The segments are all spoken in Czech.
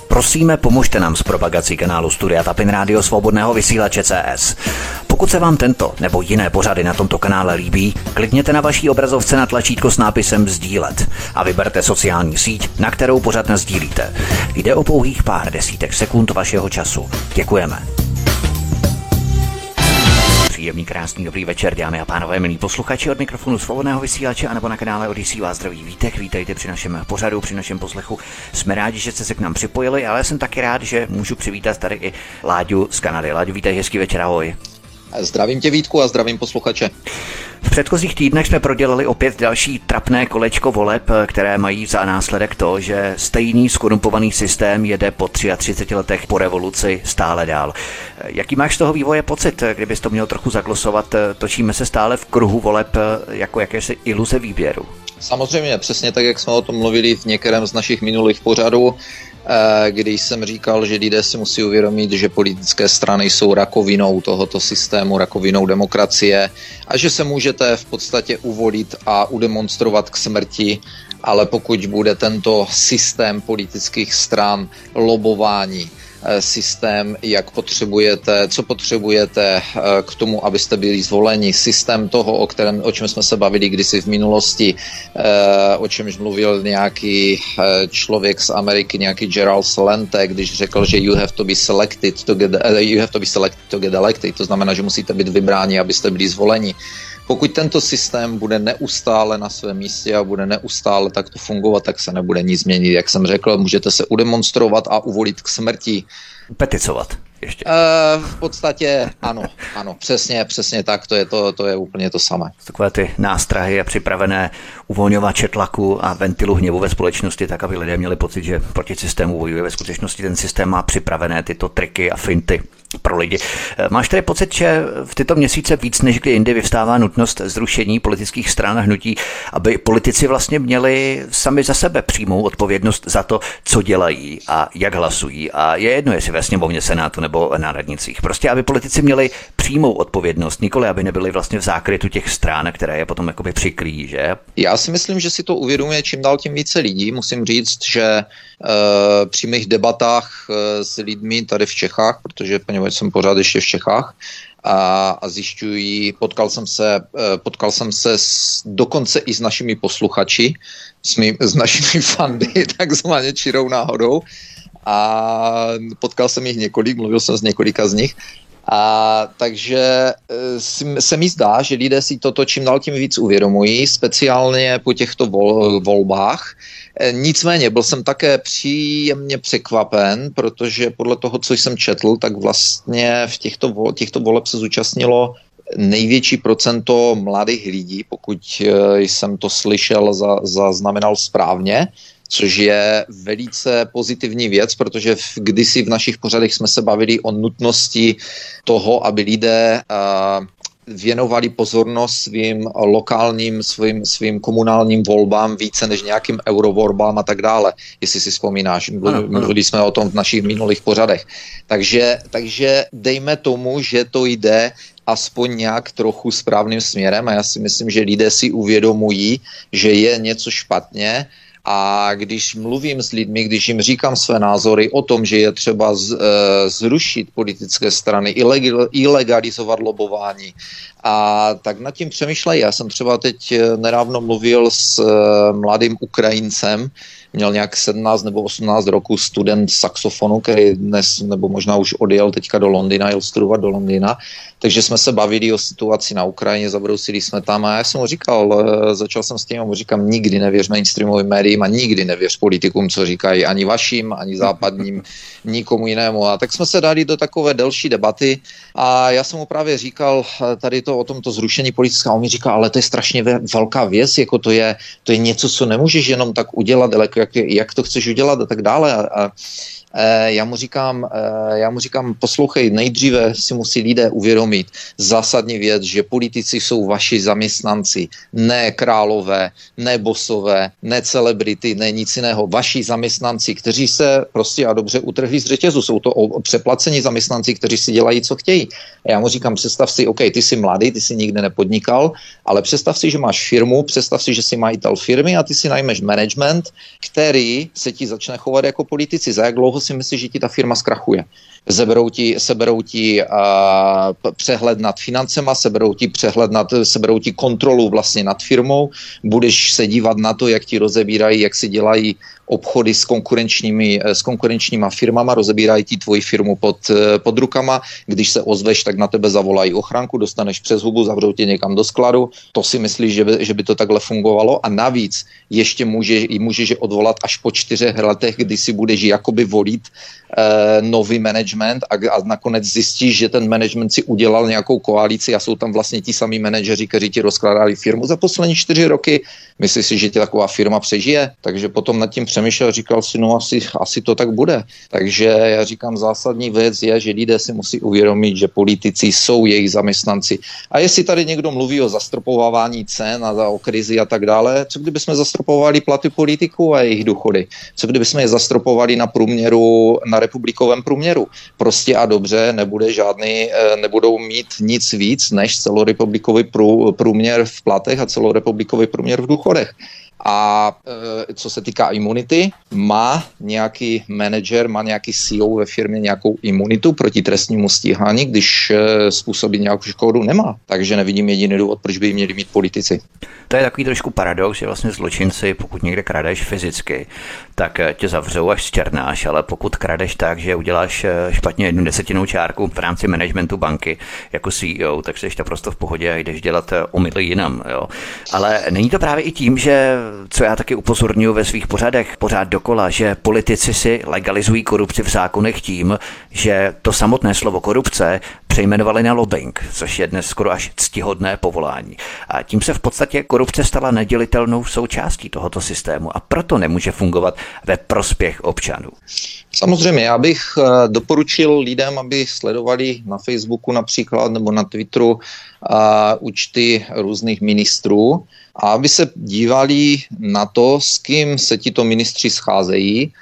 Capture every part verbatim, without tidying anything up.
Prosíme, pomožte nám s propagací kanálu Studia Tapin Rádio Svobodného vysílače C S. Pokud se vám tento nebo jiné pořady na tomto kanále líbí, klikněte na vaší obrazovce na tlačítko s nápisem sdílet a vyberte sociální síť, na kterou pořad nasdílíte. Jde o pouhých pár desítek sekund vašeho času. Děkujeme. Příjemný, krásný, dobrý večer, dámy a pánové, milí posluchači, od mikrofonu Svobodného vysílače anebo na kanále Odyssey vás zdraví Vítek. Vítejte při našem pořadu, při našem poslechu. Jsme rádi, že jste se k nám připojili, ale jsem taky rád, že můžu přivítat tady i Láďu z Kanady. Láďu, vítej, hezký večer, ahoj. Zdravím tě, Vítku, a zdravím posluchače. V předchozích týdnech jsme prodělali opět další trapné kolečko voleb, které mají za následek to, že stejný skorumpovaný systém jede po třiceti třech letech po revoluci stále dál. Jaký máš z toho vývoje pocit, kdybys to měl trochu zaglosovat? Točíme se stále v kruhu voleb jako jakési iluze výběru. Samozřejmě, přesně tak, jak jsme o tom mluvili v některém z našich minulých pořadů, když jsem říkal, že lidé si musí uvědomit, že politické strany jsou rakovinou tohoto systému, rakovinou demokracie a že se můžete v podstatě uvolit a udemonstrovat k smrti, ale pokud bude tento systém politických stran lobování, systém, jak potřebujete, co potřebujete k tomu, abyste byli zvoleni, systém toho, o kterém, o čem jsme se bavili kdysi v minulosti, o čemž mluvil nějaký člověk z Ameriky, nějaký Gerald Celente, když řekl, že you have to be selected to get, you have to be selected to get elected, to znamená, že musíte být vybráni, abyste byli zvoleni. Pokud tento systém bude neustále na svém místě a bude neustále takto fungovat, tak se nebude nic změnit. Jak jsem řekl, můžete se udemonstrovat a uvolit k smrti. Peticovat ještě. E, v podstatě ano, ano, přesně, přesně tak, to je, to, to je úplně to samé. Takové ty nástrahy a připravené uvolňovače tlaku a ventilu hněvu ve společnosti, tak aby lidé měli pocit, že proti systému bojuje. Ve skutečnosti ten systém má připravené tyto triky a finty pro lidi. Máš tedy pocit, že v tyto měsíce víc než kdy jindy vyvstává nutnost zrušení politických stran a hnutí, aby politici vlastně měli sami za sebe přímou odpovědnost za to, co dělají a jak hlasují. A je jedno, jestli ve sněmovně, senátu nebo na radnicích. Prostě, aby politici měli přímou odpovědnost, nikoli aby nebyli vlastně v zákrytu těch stran, které je potom jakoby přikrýjí, že? Já si myslím, že si to uvědomuje čím dál tím více lidí. Musím říct, že e, při mých debatách e, s lidmi tady v Čechách, protože poněvadž jsem pořád ještě v Čechách, a, a zjišťují, potkal jsem se, potkal jsem se s, dokonce i s našimi posluchači, s, mý, s našimi fandy, takzvaně čirou náhodou, a potkal jsem jich několik, mluvil jsem s několika z nich. A takže se mi zdá, že lidé si toto čím dál tím víc uvědomují, speciálně po těchto vol, volbách. Nicméně byl jsem také příjemně překvapen, protože podle toho, co jsem četl, tak vlastně v těchto, těchto voleb se zúčastnilo největší procento mladých lidí, pokud jsem to slyšel, zaznamenal správně, což je velice pozitivní věc, protože v, kdysi v našich pořadech jsme se bavili o nutnosti toho, aby lidé uh, věnovali pozornost svým lokálním, svým, svým komunálním volbám více než nějakým eurovolbám a tak dále, jestli si vzpomínáš. Mluvili jsme o tom v našich minulých pořadech. Takže, takže dejme tomu, že to jde aspoň nějak trochu správným směrem a já si myslím, že lidé si uvědomují, že je něco špatně. A když mluvím s lidmi, když jim říkám své názory o tom, že je třeba z, e, zrušit politické strany, ilegal, ilegalizovat lobování, a tak nad tím přemýšlejí. Já jsem třeba teď nedávno mluvil s e, mladým Ukrajincem, měl nějak sedmnáct nebo osmnáct roku, student saxofonu, který dnes, nebo možná už odjel teďka do Londýna, jel studovat do Londýna, takže jsme se bavili o situaci na Ukrajině, zabrousili jsme tam a já jsem mu říkal, začal jsem s tím a mu říkám, nikdy nevěř mainstreamovým médiím a nikdy nevěř politikům, co říkají, ani vašim, ani západním, nikomu jinému. A tak jsme se dali do takové delší debaty a já jsem mu právě říkal tady to o tomto zrušení politického, a on mi říkal, ale to je strašně velká věc, jako to je, to je něco, co nemůžeš jenom tak udělat, ale jak, jak to chceš udělat a tak dále. A, a Já mu říkám, já mu říkám, poslouchej, nejdříve si musí lidé uvědomit zásadní věc, že politici jsou vaši zaměstnanci, ne králové, ne bosové, ne celebrity, ne nic jiného. Vaši zaměstnanci, kteří se prostě a dobře utrhli z řetězu. Jsou to přeplacení zaměstnanci, kteří si dělají, co chtějí. A já mu říkám, představ si, OK, ty jsi mladý, ty jsi nikdy nepodnikal, ale představ si, že máš firmu, představ si, že jsi majitel firmy a ty si najmeš management, který se ti začne chovat jako politici. Za jak dlouho si myslíš, že ti ta firma zkrachuje? Zeberou ti, seberou ti uh, přehled nad financema, seberou ti přehled nad, seberou ti kontrolu vlastně nad firmou, budeš se dívat na to, jak ti rozebírají, jak si dělají obchody s konkurenčními, s konkurenčníma firmama, rozebírají ti tvoji firmu pod, pod rukama, když se ozveš, tak na tebe zavolají ochranku, dostaneš přes hubu, zavřou tě někam do skladu. To si myslíš, že by, že by to takhle fungovalo? A navíc ještě může, můžeš odvolat až po čtyřech letech, kdy si budeš jakoby volit eh, nový management a, a nakonec zjistíš, že ten management si udělal nějakou koalici a jsou tam vlastně ti samí manažeři, kteří ti rozkládali firmu za poslední čtyři roky. Myslíš si, že tě taková firma přežije? Takže potom nad tím přemýšlel, říkal si, no asi, asi to tak bude. Takže já říkám, zásadní věc je, že lidé si musí uvědomit, že politici jsou jejich zaměstnanci. A jestli tady někdo mluví o zastropovávání cen a o krizi a tak dále, co kdyby jsme zastropovali platy politiků a jejich důchody? Co kdyby jsme je zastropovali na průměru, na republikovém průměru? Prostě a dobře, nebude žádný, nebudou mít nic víc než celorepublikový průměr v platech a celorepublikový průměr v důchodech. A e, co se týká imunity, má nějaký manažer, má nějaký C E O ve firmě nějakou imunitu proti trestnímu stíhání, když e, způsobí nějakou škodu? Nemá. Takže nevidím jediný důvod, proč by měli mít politici. To je takový trošku paradox, že vlastně zločinci, pokud někde kradeš fyzicky, tak tě zavřou až zčernáš, ale pokud kradeš tak, že uděláš špatně jednu desetinou čárku v rámci managementu banky jako C E O, tak jsi naprosto v pohodě a jdeš dělat omyly jinam. Jo. Ale není to právě i tím, že co já taky upozorňuji ve svých pořadech pořád dokola, že politici si legalizují korupci v zákonech tím, že to samotné slovo korupce přejmenovali na lobbying, což je dnes skoro až ctihodné povolání. A tím se v podstatě korupce stala nedělitelnou součástí tohoto systému a proto nemůže fungovat ve prospěch občanů. Samozřejmě, já bych doporučil lidem, aby sledovali na Facebooku například nebo na Twitteru uh, účty různých ministrů a aby se dívali na to, s kým se tito ministři scházejí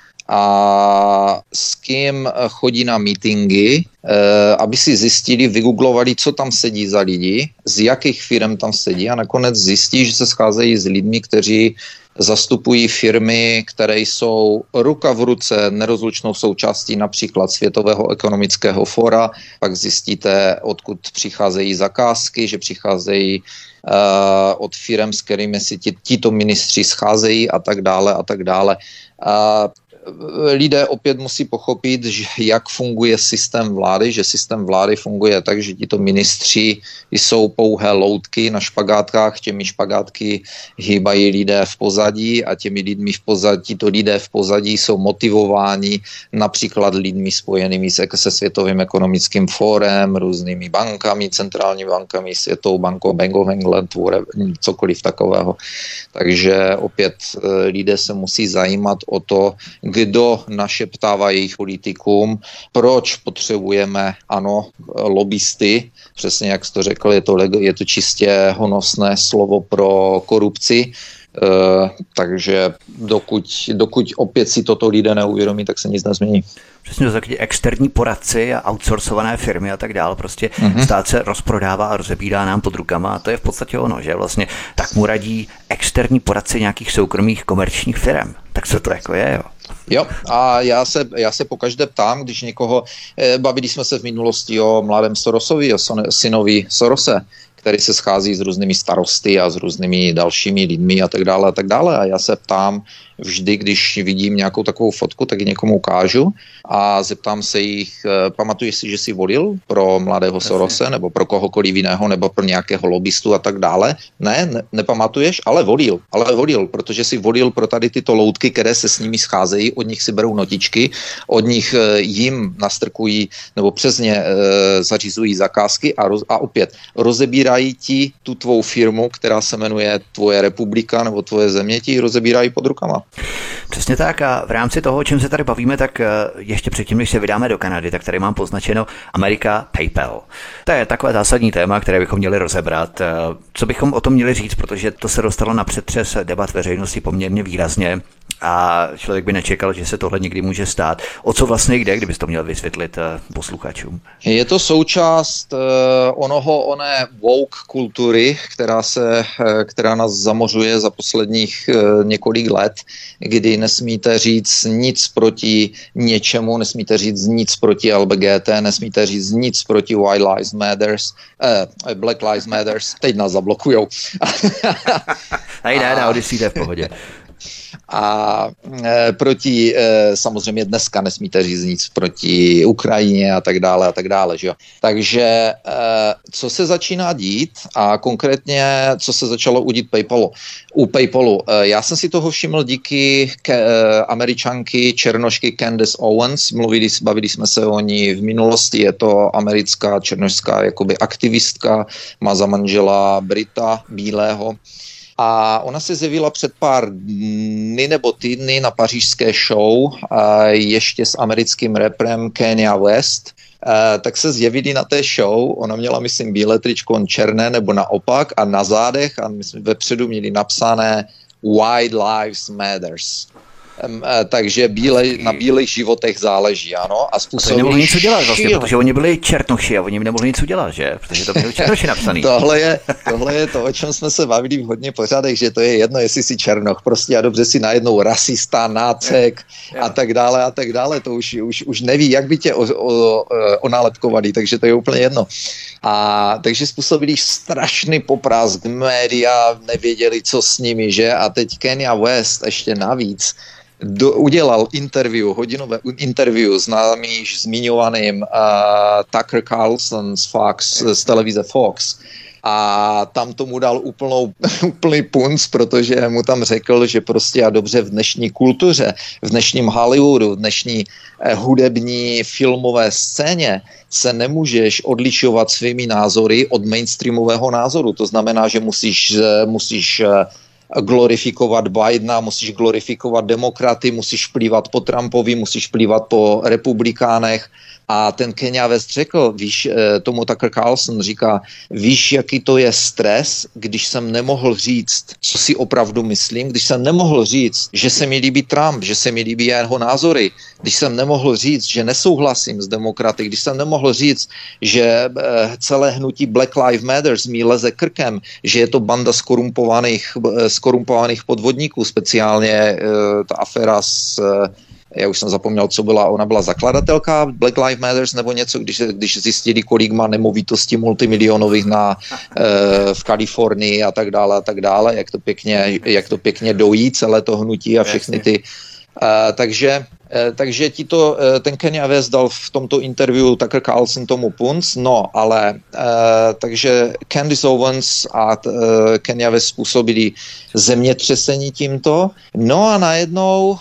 a s kým chodí na mítingy, aby si zjistili, vygooglovali, co tam sedí za lidi, z jakých firm tam sedí a nakonec zjistí, že se scházejí s lidmi, kteří zastupují firmy, které jsou ruka v ruce nerozlučnou součástí například Světového ekonomického fóra, pak zjistíte, odkud přicházejí zakázky, že přicházejí uh, od firm, s kterými si tito ministři scházejí a tak dále a tak dále. Uh, Lidé opět musí pochopit, že jak funguje systém vlády, že systém vlády funguje tak, že tito ministři jsou pouhé loutky na špagátkách, těmi špagátky hýbají lidé v pozadí a těmi lidmi v pozadí, tito lidé v pozadí jsou motivováni například lidmi spojenými se, se Světovým ekonomickým fórem, různými bankami, centrálními bankami, Světovou bankou, Bank of England, cokoliv takového. Takže opět lidé se musí zajímat o to, kdo našeptává jejich politikům, proč potřebujeme, ano, lobbysty, přesně jak jsi to řekl, je to, je to čistě honosné slovo pro korupci, Uh, takže dokud, dokud opět si toto lidé neuvědomí, tak se nic nezmění. Přesně to taky externí poradci a outsourcované firmy a tak dále. Prostě mm-hmm. stát se rozprodává a rozebírá nám pod rukama a to je v podstatě ono, že vlastně tak mu radí externí poradci nějakých soukromých komerčních firm. Tak co to jako je, jo? Jo, a já se, já se pokaždé ptám, když někoho, eh, bavili jsme se v minulosti o mladém Sorosovi, o son, synovi Sorose, který se schází s různými starosty a s různými dalšími lidmi a tak dále a tak dále. A já se ptám vždy, když vidím nějakou takovou fotku, tak ji někomu ukážu a zeptám se jich, pamatuješ si, že jsi volil pro mladého Sorose nebo pro kohokoliv jiného nebo pro nějakého lobbystu a tak dále? Ne, ne, nepamatuješ, ale volil, ale volil, protože si volil pro tady tyto loutky, které se s nimi scházejí, od nich si berou notičky, od nich jim nastrkují nebo přes ně e, zařizují zakázky a, roz, a opět rozebírají ti tu tvou firmu, která se jmenuje Tvoje republika nebo Tvoje země, ti rozebírají pod rukama. Přesně tak a v rámci toho, o čem se tady bavíme, tak ještě předtím, než se vydáme do Kanady, tak tady mám poznačeno Amerika PayPal. To je takové zásadní téma, které bychom měli rozebrat. Co bychom o tom měli říct, protože to se dostalo na přetřes debat veřejnosti poměrně výrazně. a člověk by nečekal, že se tohle někdy může stát. O co vlastně jde, kdybys to měl vysvětlit posluchačům? Je to součást uh, onoho oné woke kultury, která, se, uh, která nás zamořuje za posledních uh, několik let, kdy nesmíte říct nic proti něčemu, nesmíte říct nic proti L B G T, nesmíte říct nic proti White Lives Matters, uh, Black Lives Matters, teď nás zablokujou. Tady ne, na Odyssey jde v pohodě. A e, proti, e, samozřejmě dneska nesmíte říct nic proti Ukrajině a tak dále a tak dále, že jo. Takže e, co se začíná dít a konkrétně, co se začalo udít PayPalu, u PayPalu. E, já jsem si toho všiml díky ke, e, Američanky černošky Candace Owens, mluvili, bavili jsme se o ní v minulosti, je to americká černošská jakoby aktivistka, má za manžela Brita bílého. A ona se zjevila před pár dny nebo týdny na pařížské show a ještě s americkým raperem Kanye West. A tak se zjevili na té show, ona měla, myslím, bílé tričko, on černé nebo naopak a na zádech a myslím, vepředu měli napsané White Lives Matters. Um, takže bíle, na bílých životech záleží, ano. A způsobili... A to nemohli nic udělat vlastně, protože oni byli černoši a oni nemohli nic udělat, že? Protože to byli černoši napsaný. tohle, je, tohle je to, o čem jsme se bavili v hodně pořadech, že to je jedno, jestli jsi černoch, prostě a dobře si najednou rasista, nácek je, a tak dále a tak dále, to už, už, už neví, jak by tě o, o, onálepkovali, takže to je úplně jedno. A takže způsobili strašný poprask, média nevěděli, co s nimi, že? A teď Kanye West ještě navíc Do, udělal interview, hodinové interview s námi již zmiňovaným uh, Tucker Carlson z Fox, z televize Fox. A tam tomu dal úplnou, úplný punc, protože mu tam řekl, že prostě a dobře v dnešní kultuře, v dnešním Hollywoodu, v dnešní eh, hudební filmové scéně se nemůžeš odlišovat svými názory od mainstreamového názoru. To znamená, že musíš, musíš eh, glorifikovat Bidena, musíš glorifikovat demokraty, musíš plývat po Trumpovi, musíš plývat po republikánech. A ten Kanye West řekl, víš, tomu Tucker Carlson říká, víš, jaký to je stres, když jsem nemohl říct, co si opravdu myslím, když jsem nemohl říct, že se mi líbí Trump, že se mi líbí jeho názory, když jsem nemohl říct, že nesouhlasím s demokraty, když jsem nemohl říct, že celé hnutí Black Lives Matter mi leze krkem, že je to banda skorumpovaných, skorumpovaných podvodníků, speciálně ta aféra s... Já už jsem zapomněl, co byla, ona byla zakladatelka Black Lives Matter nebo něco, když, když zjistili, kolik má nemovitostí multimilionových na, e, v Kalifornii a tak dále a tak dále, jak to pěkně, jak to pěkně dojí celé to hnutí a všechny ty. E, takže Takže ti to, ten Kanye West dal v tomto interview Tucker Carlson tomu punc, no ale takže Candace Owens a Kanye West způsobili zemětřesení tímto, no a najednou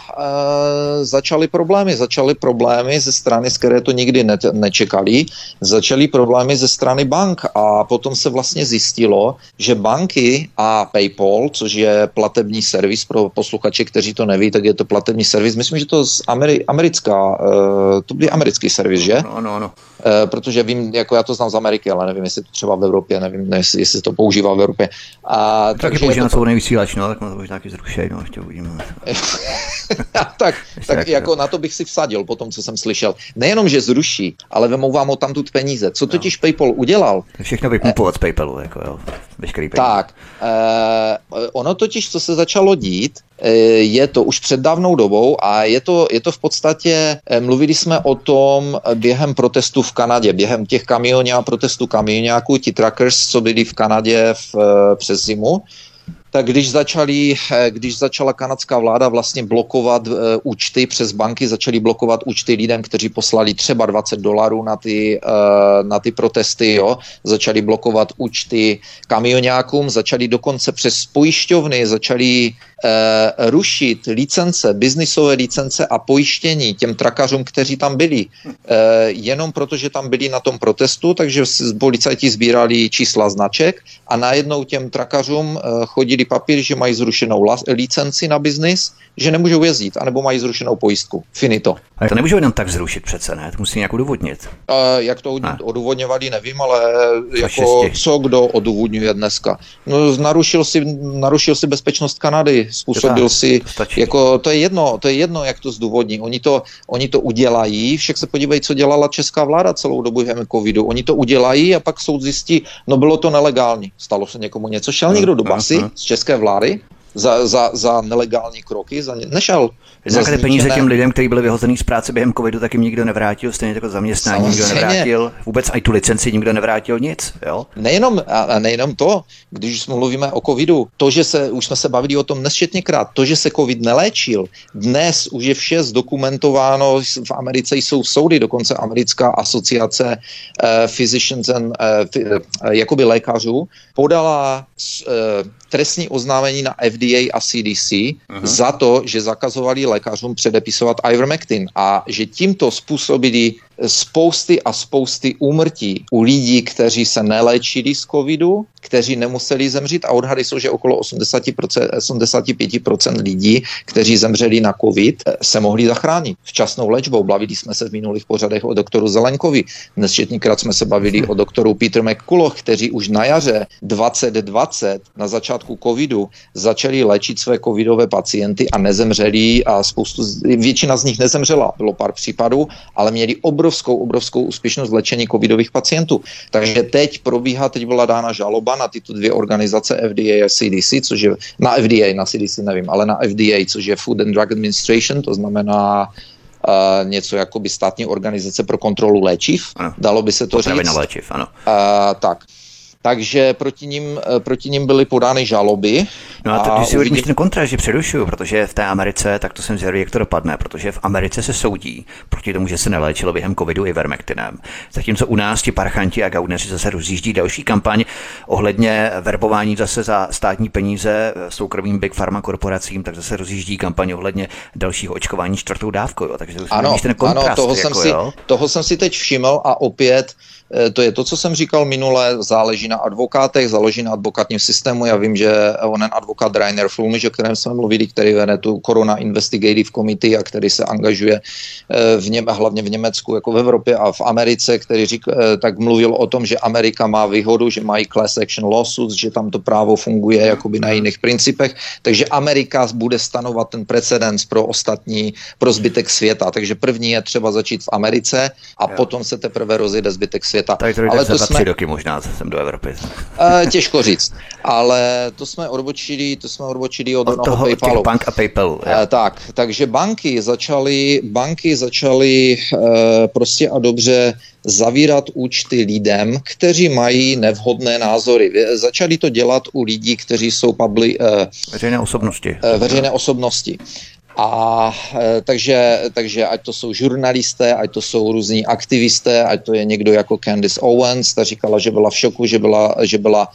začaly problémy, začaly problémy ze strany, z které to nikdy ne, nečekali, začaly problémy ze strany bank a potom se vlastně zjistilo, že banky a PayPal, což je platební servis pro posluchače, kteří to neví, tak je to platební servis, myslím, že to z Ameri- americká, uh, to byl americký servis, že? No, no, no. Uh, protože vím, jako já to znám z Ameriky, ale nevím, jestli to třeba v Evropě, nevím, ne, jestli, jestli to používá v Evropě. A, taky takže používá to... svou nejvysílač, no, tak to možná taky zrušej, no, ještě uvidíme. tak, tak jako na to bych si vsadil po tom, co jsem slyšel. Nejenom, že zruší, ale vemou vám o tamtud peníze. Co totiž no. PayPal udělal? Všechno vypumpovat z PayPalu, jako jo, veškerý peníze. Tak, uh, ono totiž, co se začalo dít, je to už před dávnou dobou a je to, je to v podstatě, mluvili jsme o tom během protestů v Kanadě, během těch kamioně protestů kamioňáků, ti truckers, co byli v Kanadě v, přes zimu, tak když, začali, když začala kanadská vláda vlastně blokovat uh, účty přes banky, začali blokovat účty lidem, kteří poslali třeba dvacet dolarů na ty, uh, na ty protesty, jo? Začali blokovat účty kamioňákům, začali dokonce přes pojišťovny, začali uh, rušit licence, biznisové licence a pojištění těm trakařům, kteří tam byli. Uh, jenom proto, že tam byli na tom protestu, takže policajti sbírali čísla značek a najednou těm trakařům uh, chodili papír, že mají zrušenou licenci na biznis, že nemůžou jezdit, anebo mají zrušenou pojistku. Finito. Ale to nemůžou jenom tak zrušit přece, ne? To musí nějak odůvodnit. Uh, jak to ne. odůvodňovali, nevím, ale Co jako, šesti. co kdo odůvodňuje dneska. No, narušil si, narušil si bezpečnost Kanady, způsobil si, to jako, to je jedno, to je jedno, jak to zdůvodní. Oni to, oni to udělají, však se podívej, co dělala česká vláda celou dobu během covidu. Oni to udělají a pak soud zjistí, no bylo to nelegální. Stalo se někomu něco, šel někdo do basy z české vlády za, za, za nelegální kroky, za ně, nešel. Základě peníze těm lidem, kteří byli vyhozený z práce během covidu, tak jim nikdo nevrátil, stejně jako zaměstnání Samozřejmě. nikdo nevrátil, vůbec i tu licenci nikdo nevrátil, nic, jo? Nejenom, a nejenom to, když mluvíme o covidu, to, že se, už jsme se bavili o tom nesčetněkrát, to, že se covid neléčil, dnes už je vše zdokumentováno, v Americe jsou soudy, dokonce americká asociace uh, physicians and, uh, uh, jakoby lékařů, podala uh, trestní oznámení na F D A a C D C uh-huh. za to, že zakazovali lékařům předepisovat Ivermectin a že tímto způsobili spousty a spousty úmrtí u lidí, kteří se neléčili z covidu, kteří nemuseli zemřít a odhady jsou, že okolo osmdesát pět procent lidí, kteří zemřeli na covid, se mohli zachránit včasnou léčbou. Bavili jsme se v minulých pořadech o doktoru Zelenkovi. Nesčetněkrát jsme se bavili o doktoru Peter McCulloch, kteří už na jaře dvacet dvacet na začátku covidu začali léčit své covidové pacienty a nezemřeli a spoustu, většina z nich nezemřela. Bylo pár případů, ale měli obrovskou, obrovskou úspěšnost léčení covidových pacientů. Takže teď probíhá, teď byla dána žaloba na tyto dvě organizace F D A a C D C, což je na F D A, na C D C nevím, ale na F D A, což je Food and Drug Administration, to znamená uh, něco jakoby státní organizace pro kontrolu léčiv. Ano. Dalo by se to říct. Na léčiv, ano. Uh, tak. Takže proti ním, proti ním byly podány žaloby. No a to, když si uvidíš ten kontrast, že přerušuju, protože v té Americe, tak to jsem zvědavý, jak to dopadne, protože v Americe se soudí proti tomu, že se neléčilo během covidu Ivermectinem. Zatímco u nás ti parchanti a gaudneři zase rozjíždí další kampaň ohledně verbování zase za státní peníze soukromým big pharma korporacím, tak zase rozjíždí kampaň ohledně dalšího očkování čtvrtou dávkou. Takže ano, ten kontrast, ano toho, jako, jsem si, toho jsem si teď všiml a opět to je to, co jsem říkal minule, záleží na advokátech, záleží na advokátním systému. Já vím, že onen advokát Rainer Flumich, o kterém jsme mluvili, který vede tu Corona Investigative Committee a který se angažuje v něm, hlavně v Německu, jako v Evropě a v Americe, který řík, tak mluvil o tom, že Amerika má výhodu, že mají class action lawsuits, že tam to právo funguje jakoby na jiných principech, takže Amerika bude stanovat ten precedens pro ostatní, pro zbytek světa. Takže první je třeba začít v Americe a jo. potom se teprve rozjede zbytek světa. Tak to ale to za jsme... tři roky možná jsem do Evropy. Uh, těžko říct, ale to jsme odbočili, to jsme odbočili od, od toho PayPalu. Bank a PayPal. Uh, tak, takže banky začaly, banky začaly uh, prostě a dobře zavírat účty lidem, kteří mají nevhodné názory. Začali to dělat u lidí, kteří jsou public, uh, veřejné osobnosti. Uh, veřejné osobnosti. A e, takže, takže ať to jsou žurnalisté, ať to jsou různí aktivisté, ať to je někdo jako Candace Owens, ta říkala, že byla v šoku, že byla, že byla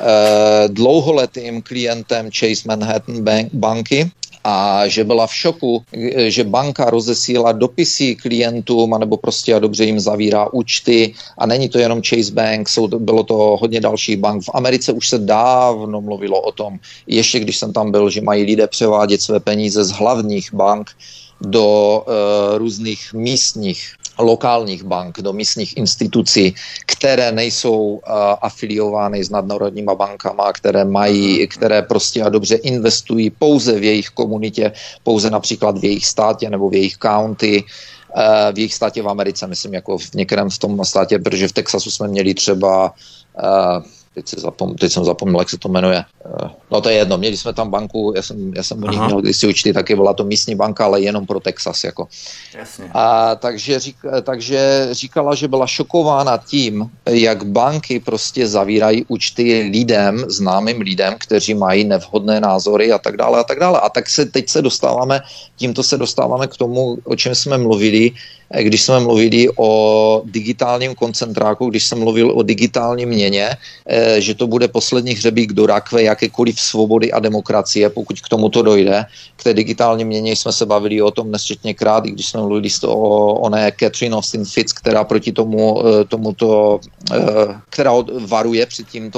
e, dlouholetým klientem Chase Manhattan bank, banky a že byla v šoku, že banka rozesílá dopisy klientům anebo prostě a dobře jim zavírá účty a není to jenom Chase Bank, jsou, bylo to hodně dalších bank. V Americe už se dávno mluvilo o tom, ještě když jsem tam byl, že mají lidé převádět své peníze z hlavních bank do uh, různých místních lokálních bank, do místních institucí, které nejsou uh, afiliovány s nadnárodníma bankama, které mají, které prostě a dobře investují pouze v jejich komunitě, pouze například v jejich státě nebo v jejich county, uh, v jejich státě v Americe, myslím, jako v některém v tom státě, protože v Texasu jsme měli třeba uh, Teď, se zapom, teď jsem zapomněl, jak se to jmenuje. No to je jedno, měli jsme tam banku, já jsem, já jsem u nich měl kdysi účty, taky byla to místní banka, ale jenom pro Texas. Jako. Jasně. A takže, řík, takže říkala, že byla šokována tím, jak banky prostě zavírají účty lidem, známým lidem, kteří mají nevhodné názory a tak dále a tak dále. A tak se teď se dostáváme, tímto se dostáváme k tomu, o čem jsme mluvili, když jsme mluvili o digitálním koncentráku, když jsem mluvil o digitální měně, že to bude poslední hřebík do rakve jakékoliv svobody a demokracie, pokud k tomuto dojde. K té digitální měně jsme se bavili o tom nesčetněkrát, i když jsme mluvili o oné Catherine Austin Fitts, která proti tomu, tomuto, která varuje před tímto.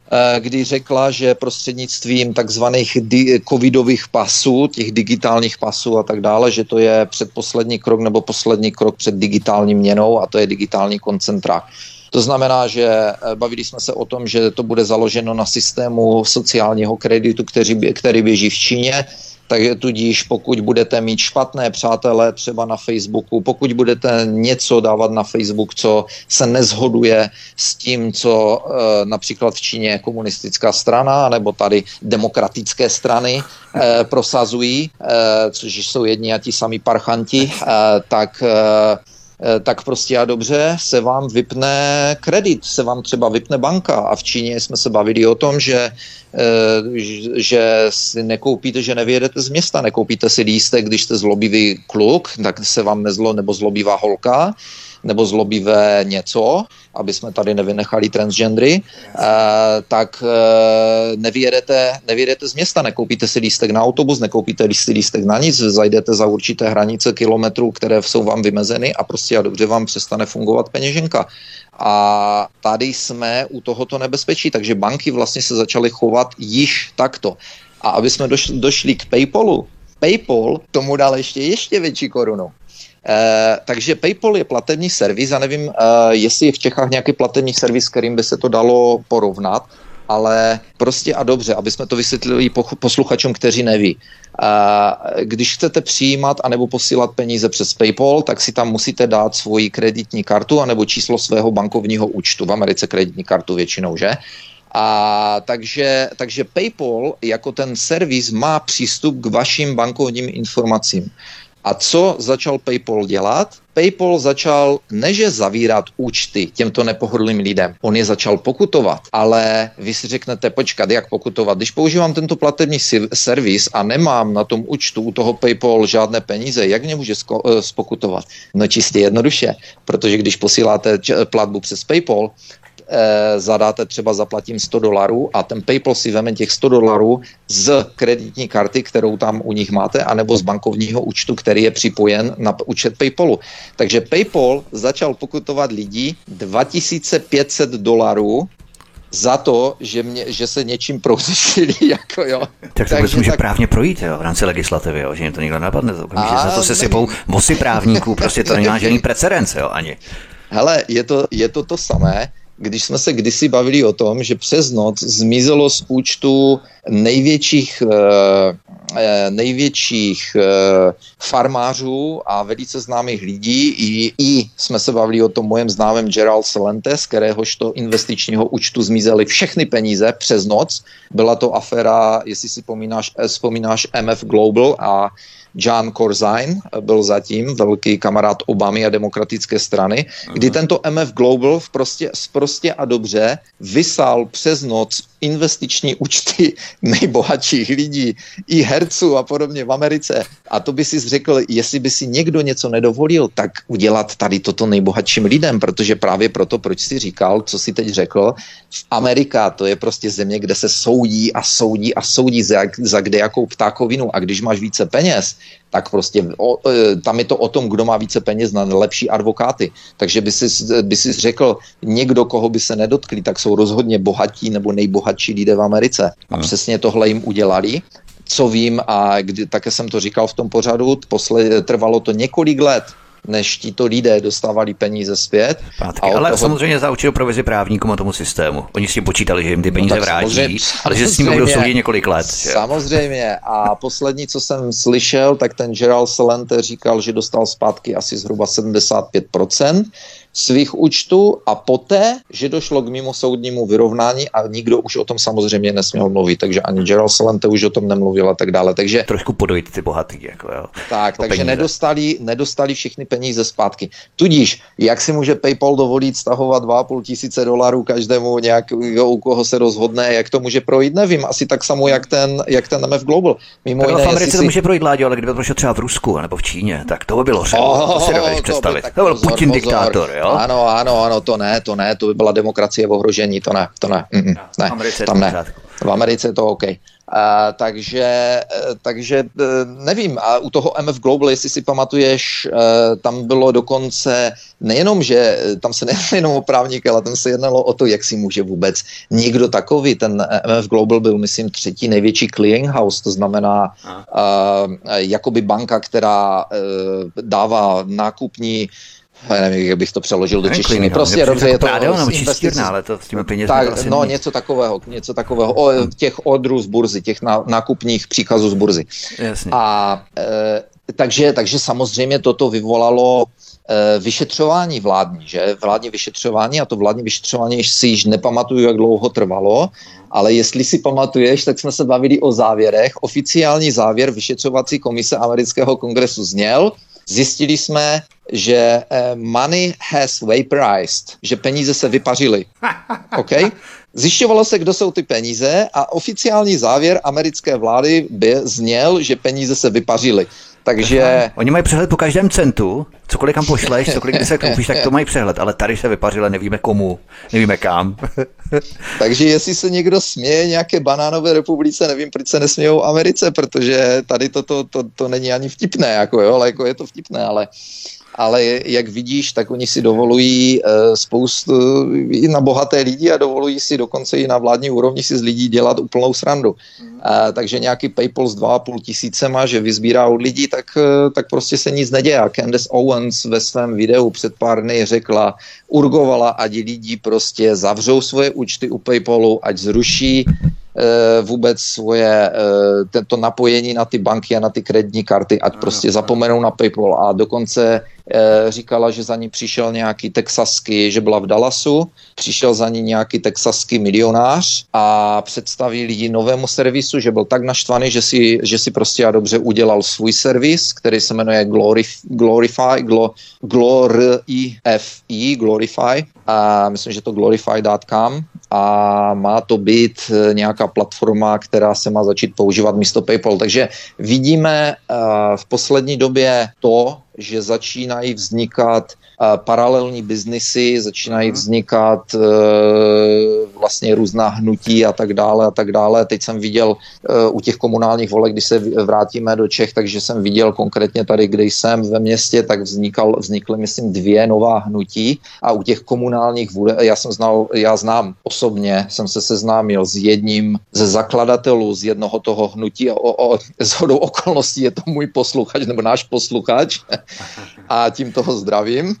kdy řekla, že prostřednictvím takzvaných di- covidových pasů, těch digitálních pasů a tak dále, že to je předposlední krok nebo poslední krok před digitální měnou a to je digitální koncentrák. To znamená, že bavili jsme se o tom, že to bude založeno na systému sociálního kreditu, který, který běží v Číně. Takže tudíž pokud budete mít špatné přátelé třeba na Facebooku, pokud budete něco dávat na Facebook, co se nezhoduje s tím, co e, například v Číně je komunistická strana nebo tady demokratické strany e, prosazují, e, což jsou jedni a ti sami parchanti, e, tak... E, tak prostě a dobře se vám vypne kredit, se vám třeba vypne banka a v Číně jsme se bavili o tom, že, že si nekoupíte, že nevyjedete z města, nekoupíte si lístek, když jste zlobivý kluk, tak se vám nezlo, nebo zlobivá holka, nebo zlobivé něco, aby jsme tady nevynechali transgendry, eh, tak eh, nevyjedete, nevyjedete z města, nekoupíte si lístek na autobus, nekoupíte si lístek na nic, zajdete za určité hranice kilometrů, které jsou vám vymezeny a prostě a dobře vám přestane fungovat peněženka. A tady jsme u tohoto nebezpečí, takže banky vlastně se začaly chovat již takto. A aby jsme došli, došli k PayPalu, PayPal tomu dal ještě ještě větší korunu. Eh, takže PayPal je platební servis, já nevím, eh, jestli je v Čechách nějaký platební servis, s kterým by se to dalo porovnat, ale prostě a dobře, aby jsme to vysvětlili posluchačům, kteří neví. Eh, když chcete přijímat anebo posílat peníze přes PayPal, tak si tam musíte dát svoji kreditní kartu anebo číslo svého bankovního účtu. V Americe kreditní kartu většinou, že? A takže, takže PayPal jako ten servis má přístup k vašim bankovním informacím. A co začal PayPal dělat? PayPal začal neže zavírat účty těmto nepohodlným lidem, on je začal pokutovat, ale vy si řeknete, počkat, jak pokutovat? Když používám tento platební servis a nemám na tom účtu u toho PayPal žádné peníze, jak mě může spokutovat? No čistě jednoduše, protože když posíláte platbu přes PayPal, Eh, zadáte třeba zaplatím sto dolarů a ten PayPal si veme těch sto dolarů z kreditní karty, kterou tam u nich máte, anebo z bankovního účtu, který je připojen na účet PayPalu. Takže PayPal začal pokutovat lidi dva tisíce pět set dolarů za to, že, mě, že se něčím prouzřili, jako jo. Tak to vůbec může tak... právně projít, jo, v rámci legislativy, jo, že jim to nikdo napadne. To, že za to se sypou vosy právníků, prostě to nemá žádný precedens, jo, ani. Hele, je to, je to to samé, když jsme se kdysi bavili o tom, že přes noc zmizelo z účtu největších, eh, největších eh, farmářů a velice známých lidí, i, i jsme se bavili o tom mojem známém Gerald Celente, z kteréhožto investičního účtu zmizely všechny peníze přes noc. Byla to aféra, jestli si pomínáš, vzpomínáš M F Global a Jan Corzine byl zatím velký kamarád Obamy a demokratické strany, kdy tento M F Global prostě, prostě a dobře vysál přes noc investiční účty nejbohatších lidí, i herců a podobně v Americe. A to by si řekl, jestli by si někdo něco nedovolil, tak udělat tady toto nejbohatším lidem, protože právě proto, proč si říkal, co si teď řekl, v Amerika to je prostě země, kde se soudí a soudí a soudí za, za kde jakou ptákovinu a když máš více peněz, tak prostě o, tam je to o tom, kdo má více peněz na lepší advokáty. Takže by si, by si řekl, někdo, koho by se nedotkli, tak jsou rozhodně bohatí nebo nejbohatší lidé v Americe. A no. Přesně tohle jim udělali. Co vím, a kdy, také jsem to říkal v tom pořadu, posle, trvalo to několik let, než tito lidé dostávali peníze zpět. Pátky, ale toho... samozřejmě za určitou provizi právníkům a tomu systému. Oni si počítali, že jim ty peníze no, vrátí, samozřejmě, ale že s ním budou soudit několik let. Že? Samozřejmě. A poslední, co jsem slyšel, tak ten Gerald Celente říkal, že dostal zpátky asi zhruba sedmdesát pět procent svých účtů a poté, že došlo k mimosoudnímu vyrovnání a nikdo už o tom samozřejmě nesměl mluvit, takže ani Gerald Celente už o tom nemluvil a tak dále. Takže trošku podojit ty bohatý, jako jo. Tak, takže nedostali, nedostali všechny peníze zpátky. Tudíž, jak si může PayPal dovolit stahovat dva a půl tisíce dolarů každému nějakého, u koho se rozhodne, jak to může projít, nevím, asi tak samo, jak ten, jak ten M F Global. Mimo jiné, v Americe si... to může projít, Láďo, ale kdyby to prošlo třeba v Rusku nebo v Číně, tak to by bylo řevo, oh, to si dovedeš představit. To byl Putin diktátor, jo? Ano, ano, ano, to ne, to ne, to by byla demokracie v ohrožení, to ne, to ne, mm, ne, v Americe tam ne. V Americe je to OK. A, takže, takže nevím, a u toho M F Global, jestli si pamatuješ, tam bylo dokonce nejenom, že tam se nejednalo o právníky, ale tam se jednalo o to, jak si může vůbec někdo takový, ten M F Global byl, myslím, třetí největší clearinghouse, to znamená uh, jakoby banka, která uh, dává nákupní, já nevím, jak bych to přeložil do češtiny. Prostě dobře, je to investice, ale to s těmi penězi tak, no není. něco takového, něco takového, o, těch odrů z burzy, těch nákupních příkazů z burzy. Jasně. A e, takže, takže samozřejmě toto vyvolalo e, vyšetřování vládní, že? Vládní vyšetřování, a to vládní vyšetřování si již nepamatuju, jak dlouho trvalo, ale jestli si pamatuješ, tak jsme se bavili o závěrech. Oficiální závěr vyšetřovací komise amerického kongresu zněl: zjistili jsme, že money has vaporized, že peníze se vypařily. Okay? Zjišťovalo se, kdo jsou ty peníze, a oficiální závěr americké vlády by zněl, že peníze se vypařily. Takže... Oni mají přehled po každém centu, cokoliv kam pošleš, cokoliv kdy se koupíš, tak to mají přehled, ale tady se vypařilo, nevíme komu, nevíme kam. Takže jestli se někdo směje nějaké banánové republice, nevím, proč se nesmějou Americe, protože tady to, to, to, to není ani vtipné, jako jo, ale jako je to vtipné, ale... Ale jak vidíš, tak oni si dovolují uh, spoustu i na bohaté lidi a dovolují si dokonce i na vládní úrovni si z lidí dělat úplnou srandu. Mm. Uh, takže nějaký PayPal s dva a půl tisícema, že vyzbírá od lidí, tak, uh, tak prostě se nic neděje. A Candace Owens ve svém videu před pár dny řekla, urgovala, ať lidi prostě zavřou svoje účty u PayPalu, ať zruší vůbec svoje tento napojení na ty banky a na ty kreditní karty, ať prostě zapomenou na PayPal. A dokonce říkala, že za ní přišel nějaký texaský, že byla v Dallasu, přišel za ní nějaký texaský milionář a představil ji novému servisu, že byl tak naštvaný, že si, že si prostě a dobře udělal svůj servis, který se jmenuje Glorif, Glorify, Glo, Glorify, Glorify, a myslím, že to glorify tečka com, a má to být nějaká platforma, která se má začít používat místo PayPal. Takže vidíme uh, v poslední době to, že začínají vznikat uh, paralelní biznisy, začínají vznikat uh, vlastně různá hnutí a tak dále a tak dále. Teď jsem viděl uh, u těch komunálních voleb, když se vrátíme do Čech, takže jsem viděl konkrétně tady, kde jsem ve městě, tak vznikal, vznikly, myslím, dvě nová hnutí, a u těch komunálních voleb, já jsem znal, já znám osobně, jsem se seznámil s jedním ze zakladatelů z jednoho toho hnutí, a o, o, shodou okolností je to můj posluchač, nebo náš posluchač, a tím toho zdravím.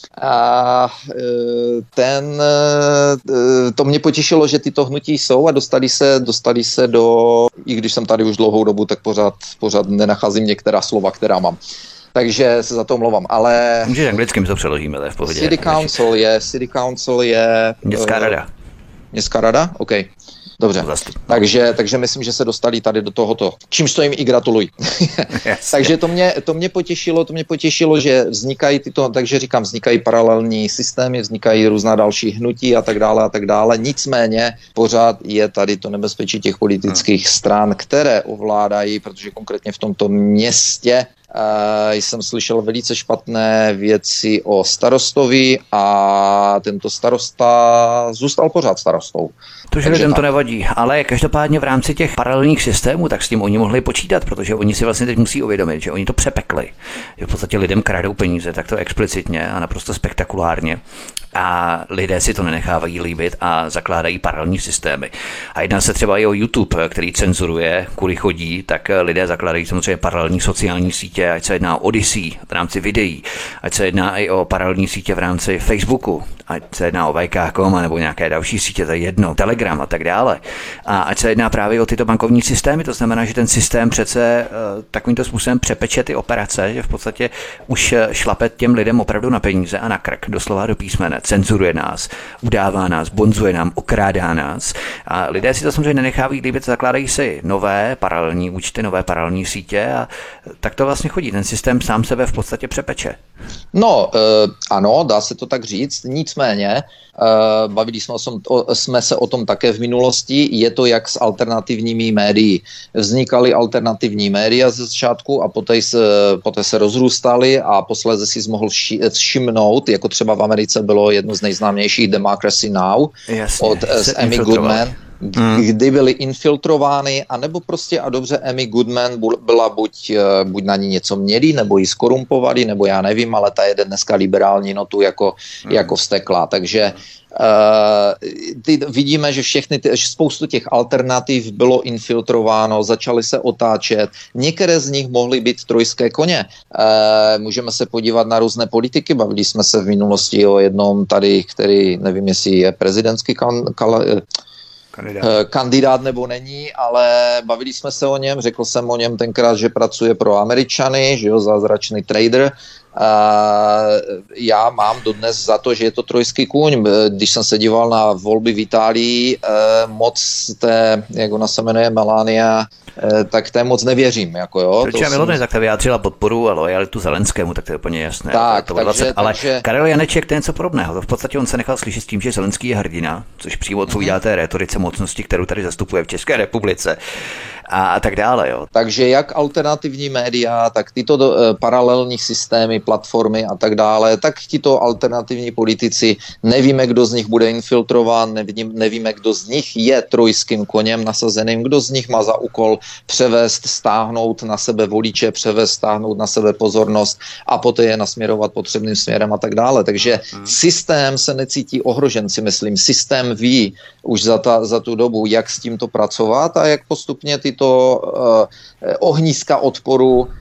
A ten, to mě potěšilo, že tyto hnutí jsou a dostali se, dostali se do, i když jsem tady už dlouhou dobu, tak pořád, pořád nenacházím některá slova, která mám. Takže se za to omlouvám, ale... Můžeš anglicky, my to přeložíme, to je v pohodě. City Council je, City Council je... Městská rada. Městská rada? OK. Dobře, takže, takže myslím, že se dostali tady do tohoto, čímž to jim i gratuluji. Takže to mě, to mě potěšilo, to mě potěšilo, že vznikají tyto, takže říkám, vznikají paralelní systémy, vznikají různá další hnutí a tak dále a tak dále. Nicméně pořád je tady to nebezpečí těch politických stran, které ovládají, protože konkrétně v tomto městě Uh, jsem slyšel velice špatné věci o starostovi a tento starosta zůstal pořád starostou. To, že lidem to nevadí, ale každopádně v rámci těch paralelních systémů, tak s tím oni mohli počítat, protože oni si vlastně teď musí uvědomit, že oni to přepekli, že v podstatě lidem kradou peníze, tak to explicitně a naprosto spektakulárně. A lidé si to nenechávají líbit a zakládají paralelní systémy. A jedná se třeba i o YouTube, který cenzuruje, kudy chodí, tak lidé zakládají samozřejmě paralelní sociální sítě, ať se jedná o Odyssey v rámci videí, ať se jedná i o paralelní sítě v rámci Facebooku, ať se jedná o V K tečka com nebo nějaké další sítě, to je jedno, Telegram a tak dále. A ať se jedná právě o tyto bankovní systémy, to znamená, že ten systém přece uh, takovýmto způsobem přepeče ty operace, že v podstatě už šlape těm lidem opravdu na peníze a na krk, doslova do písmene. Cenzuruje nás, udává nás, bonzuje nám, okrádá nás. A lidé si to samozřejmě nenechávají líbit, zakládají si nové paralelní účty, nové paralelní sítě a tak to vlastně chodí. Ten systém sám sebe v podstatě přepeče. No, uh, ano, dá se to tak říct. Nicméně, uh, bavili jsme, o, jsme se o tom také v minulosti, je to jak s alternativními médii. Vznikaly alternativní média ze začátku a poté se, poté se rozrůstaly a posléze si mohl všimnout, jako třeba v Americe bylo jedno z nejznámějších Democracy Now! Jasně, od s Amy Goodman. hmm. kdy byly infiltrovány, anebo prostě a dobře Amy Goodman byla buď, buď na ní něco měli, nebo ji skorumpovali, nebo já nevím, ale ta jede dneska liberální notu jako, hmm. jako vztekla. Takže Uh, ty, vidíme, že všechny ty, že spoustu těch alternativ bylo infiltrováno, začaly se otáčet. Některé z nich mohly být trojské koně. Uh, můžeme se podívat na různé politiky. Bavili jsme se v minulosti o jednom tady, který nevím, jestli je prezidentský kan, kal, Kandidát. kandidát nebo není, ale bavili jsme se o něm, řekl jsem o něm tenkrát, že pracuje pro Američany, že jo, zázračný trader. Uh, já mám dodnes za to, že je to trojský kůň. Když jsem se díval na volby v Itálii, uh, moc té, jak ona se jmenuje, Melania, uh, tak té moc nevěřím. Jako jo, Proč já Milodne, tak ta vyjádřila podporu a lojalitu Zelenskému, tak to je úplně jasné. Tak, to takže, dvacet, ale takže... Karel Janeček, to je něco podobného. To v podstatě on se nechal slyšet s tím, že Zelenský je hrdina, což přímo odpovídá té rétorice mocnosti, kterou tady zastupuje v České republice. A tak dále. Jo. Takže jak alternativní média, tak tyto do, e, paralelní systémy, platformy a tak dále, tak tyto alternativní politici, nevíme, kdo z nich bude infiltrován, nevím, nevíme, kdo z nich je trojským koněm nasazeným, kdo z nich má za úkol převést, stáhnout na sebe voliče, převést, stáhnout na sebe pozornost a poté je nasměrovat potřebným směrem a tak dále. Takže hmm. systém se necítí ohrožen, si myslím. Systém ví už za, ta, za tu dobu, jak s tímto pracovat a jak postupně tyto uh, ohniska odporu uh,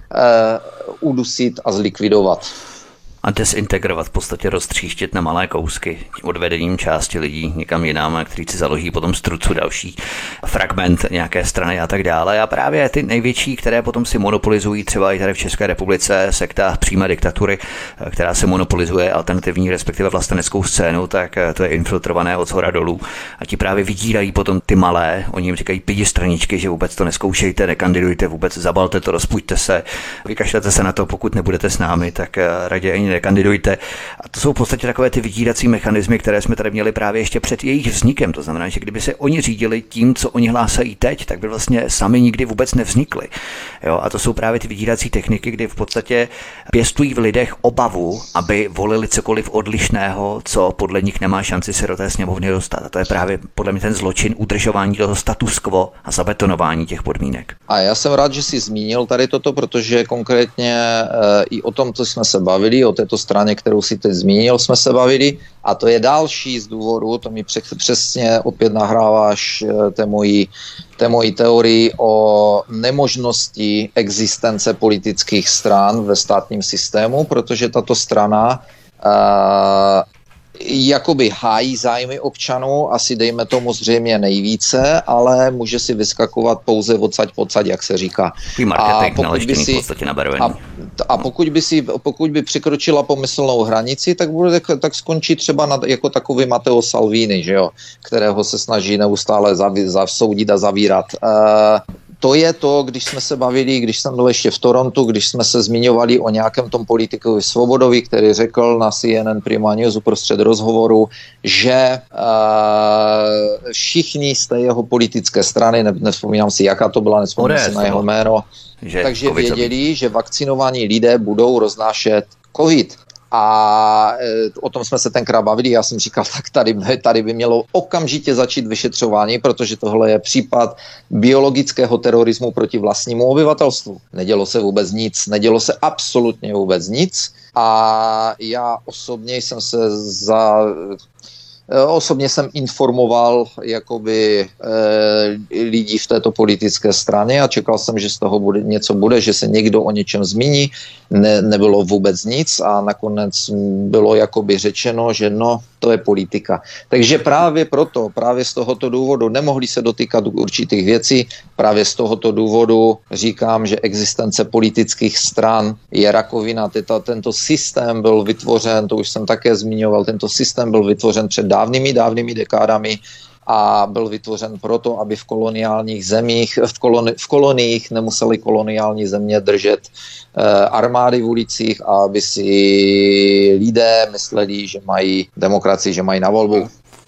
udusit a zlikvidovat. A desintegrovat, v podstatě roztříštit na malé kousky odvedením části lidí někam jinam, kteří si založí potom z trucu další fragment nějaké strany a tak dále. A právě ty největší, které potom si monopolizují, třeba i tady v České republice, sekta přímé diktatury, která se monopolizuje alternativní, respektive vlasteneckou scénu, tak to je infiltrované od shora dolů. A ti právě vydírají potom ty malé, oni jim říkají pidi straničky, že vůbec to neskoušejte, nekandidujte, vůbec zabalte to, rozpujte se, vykašlete se na to, pokud nebudete s námi, tak raději ani nekandidujte. A to jsou v podstatě takové ty vydírací mechanismy, které jsme tady měli právě ještě před jejich vznikem. To znamená, že kdyby se oni řídili tím, co oni hlásají teď, tak by vlastně sami nikdy vůbec nevznikli. Jo? A to jsou právě ty vydírací techniky, kdy v podstatě pěstují v lidech obavu, aby volili cokoliv odlišného, co podle nich nemá šanci se do té sněmovny dostat. A to je právě podle mě ten zločin udržování toho status quo a zabetonování těch podmínek. A já jsem rád, že jsi zmínil tady toto, protože konkrétně e, i o tom, co jsme se bavili, o této straně, kterou si teď zmínil, jsme se bavili. A to je další z důvodu, to mi přesně opět nahráváš té mojí, té mojí teorii o nemožnosti existence politických stran ve státním systému, protože tato strana uh, jakoby hájí zájmy občanů, asi dejme tomu zřejmě nejvíce, ale může si vyskakovat pouze odsaď podsaď, jak se říká. A pokud by si, a, a pokud by si, pokud by překročila pomyslnou hranici, tak bude tak skončí třeba nad, jako takový Matteo Salvini, že jo, kterého se snaží neustále zaví, zavsoudit a zavírat. Uh, To je to, když jsme se bavili, když jsem byl ještě v Torontu, když jsme se zmiňovali o nějakém tom politikovi Svobodovi, který řekl na C N N Prima News uprostřed rozhovoru, že uh, všichni z té jeho politické strany, ne, nevzpomínám si, jaká to byla, nevzpomínám si na jeho jméno, že takže věděli, že vakcinovaní lidé budou roznášet covid. A e, o tom jsme se tenkrát bavili, já jsem říkal, tak tady, tady by mělo okamžitě začít vyšetřování, protože tohle je případ biologického terorismu proti vlastnímu obyvatelstvu. Nedělo se vůbec nic, nedělo se absolutně vůbec nic a já osobně jsem se za... Osobně jsem informoval jakoby e, lidí v této politické straně a čekal jsem, že z toho bude, něco bude, že se někdo o něčem zmíní. Ne, nebylo vůbec nic a nakonec bylo jakoby řečeno, že no, to je politika. Takže právě proto, právě z tohoto důvodu nemohli se dotýkat určitých věcí. Právě z tohoto důvodu říkám, že existence politických stran je rakovina. Tento, tento systém byl vytvořen, to už jsem také zmiňoval, tento systém byl vytvořen před dávnými, dávnými dekádami a byl vytvořen proto, aby v koloniálních zemích, v, koloni, v koloniích nemuseli koloniální země držet eh, armády v ulicích a aby si lidé mysleli, že mají demokracii, že mají na volbu.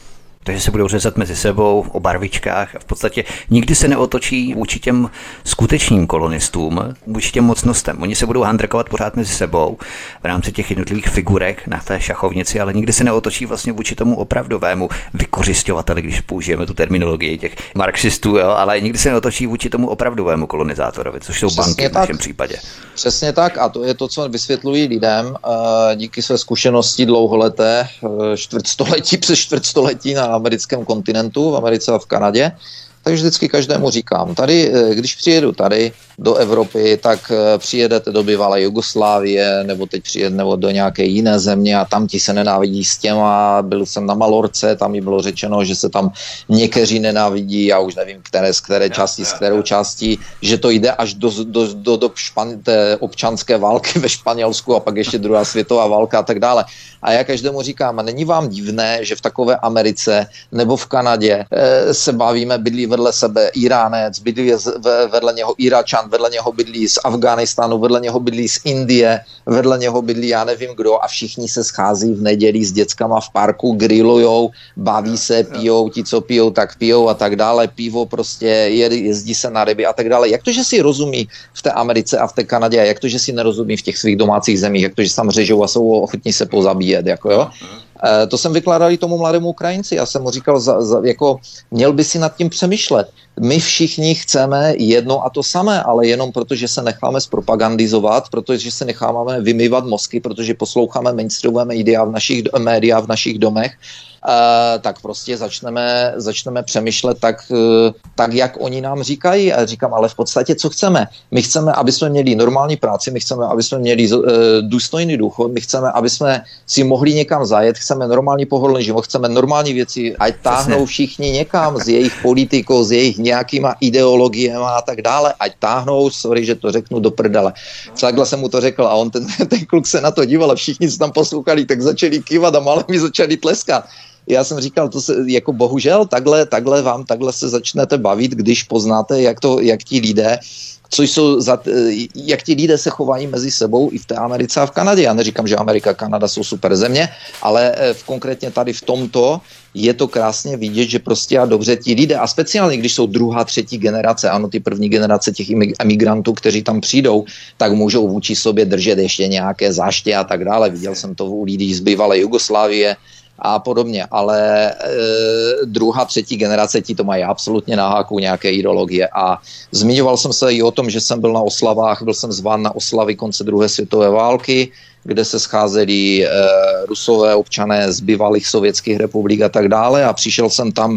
Takže se budou řezat mezi sebou o barvičkách a v podstatě nikdy se neotočí vůči těm skutečným kolonistům, vůči těm mocnostem. Oni se budou handrkovat pořád mezi sebou v rámci těch jednotlivých figurek na té šachovnici, ale nikdy se neotočí vlastně vůči tomu opravdovému vykořisťovateli, když použijeme tu terminologii těch marxistů, jo, ale nikdy se neotočí vůči tomu opravdovému kolonizátorovi, což jsou Přesně banky tak. v našem případě. Přesně tak a to je to, co vysvětlují lidem díky své zkušenosti dlouholeté, čtvrtstoletí přes čtvrtstoletí na americkém kontinentu, v Americe a v Kanadě. Takže vždycky každému říkám, tady, když přijedu tady do Evropy, tak přijedete do bývalé Jugoslávie, nebo teď přijedete nebo do nějaké jiné země a tam ti se nenávidí s těma. Byl jsem na Malorce, tam mi bylo řečeno, že se tam někteří nenávidí, já už nevím, které z které části, s kterou částí, že to jde až do, do, do, do špan, té občanské války ve Španělsku a pak ještě druhá světová válka a tak dále. A já každému říkám, a není vám divné, že v takové Americe nebo v Kanadě e, se bavíme, bydlí vedle sebe Iránec, bydlí vedle něho Iračan, vedle něho bydlí z Afghánistánu, vedle něho bydlí z Indie, vedle něho bydlí já nevím kdo a všichni se schází v neděli s dětskama v parku, grillujou, baví se, pijou, ti, co pijou, tak pijou a tak dále, pivo prostě, jezdí se na ryby a tak dále. Jak to, že si rozumí v té Americe a v té Kanadě a jak to, že si nerozumí v těch svých domácích zemích, jak to, že se tam řežou a jsou ochotní se pozabíjet, jako jo? E, to jsem vykládal i tomu mladému Ukrajinci. Já jsem mu říkal, za, za, jako měl by si nad tím přemýšlet. My všichni chceme jedno a to samé, ale jenom protože se necháme zpropagandizovat, protože se necháme vymývat mozky, protože posloucháme mainstreamové média v našich, média v našich domech, Uh, tak prostě začneme, začneme přemýšlet tak, uh, tak, jak oni nám říkají. A říkám, ale v podstatě, co chceme? My chceme, aby jsme měli normální práci, my chceme, aby jsme měli uh, důstojný důchod, my chceme, aby jsme si mohli někam zajet, chceme normální pohodlný život, chceme normální věci, ať táhnou všichni někam s jejich politikou, s jejich nějakýma ideologiemi a tak dále, ať táhnou, sorry, že to řeknu, do prdele. Takhle jsem mu to řekl a on, ten, ten kluk se na to díval a všichni se tam poslouchali, tak začali kývat a malé mi začali tleskat. Já jsem říkal, to se, jako bohužel, takhle, takhle vám, takhle se začnete bavit, když poznáte, jak, to, jak ti lidé, co jsou za, jak ti lidé se chovají mezi sebou i v té Americe a v Kanadě. Já neříkám, že Amerika a Kanada jsou super země, ale v, konkrétně tady v tomto je to krásně vidět, že prostě a dobře ti lidé, a speciálně když jsou druhá, třetí generace, ano, ty první generace těch emigrantů, kteří tam přijdou, tak můžou vůči sobě držet ještě nějaké záště a tak dále. Viděl jsem to u lidí z bývalé Jugoslávie a podobně, ale e, druhá, třetí generace ti to mají absolutně na háku nějaké ideologie a zmiňoval jsem se i o tom, že jsem byl na oslavách, byl jsem zván na oslavy konce druhé světové války, kde se scházeli e, Rusové, občané z bývalých sovětských republik a tak dále a přišel jsem tam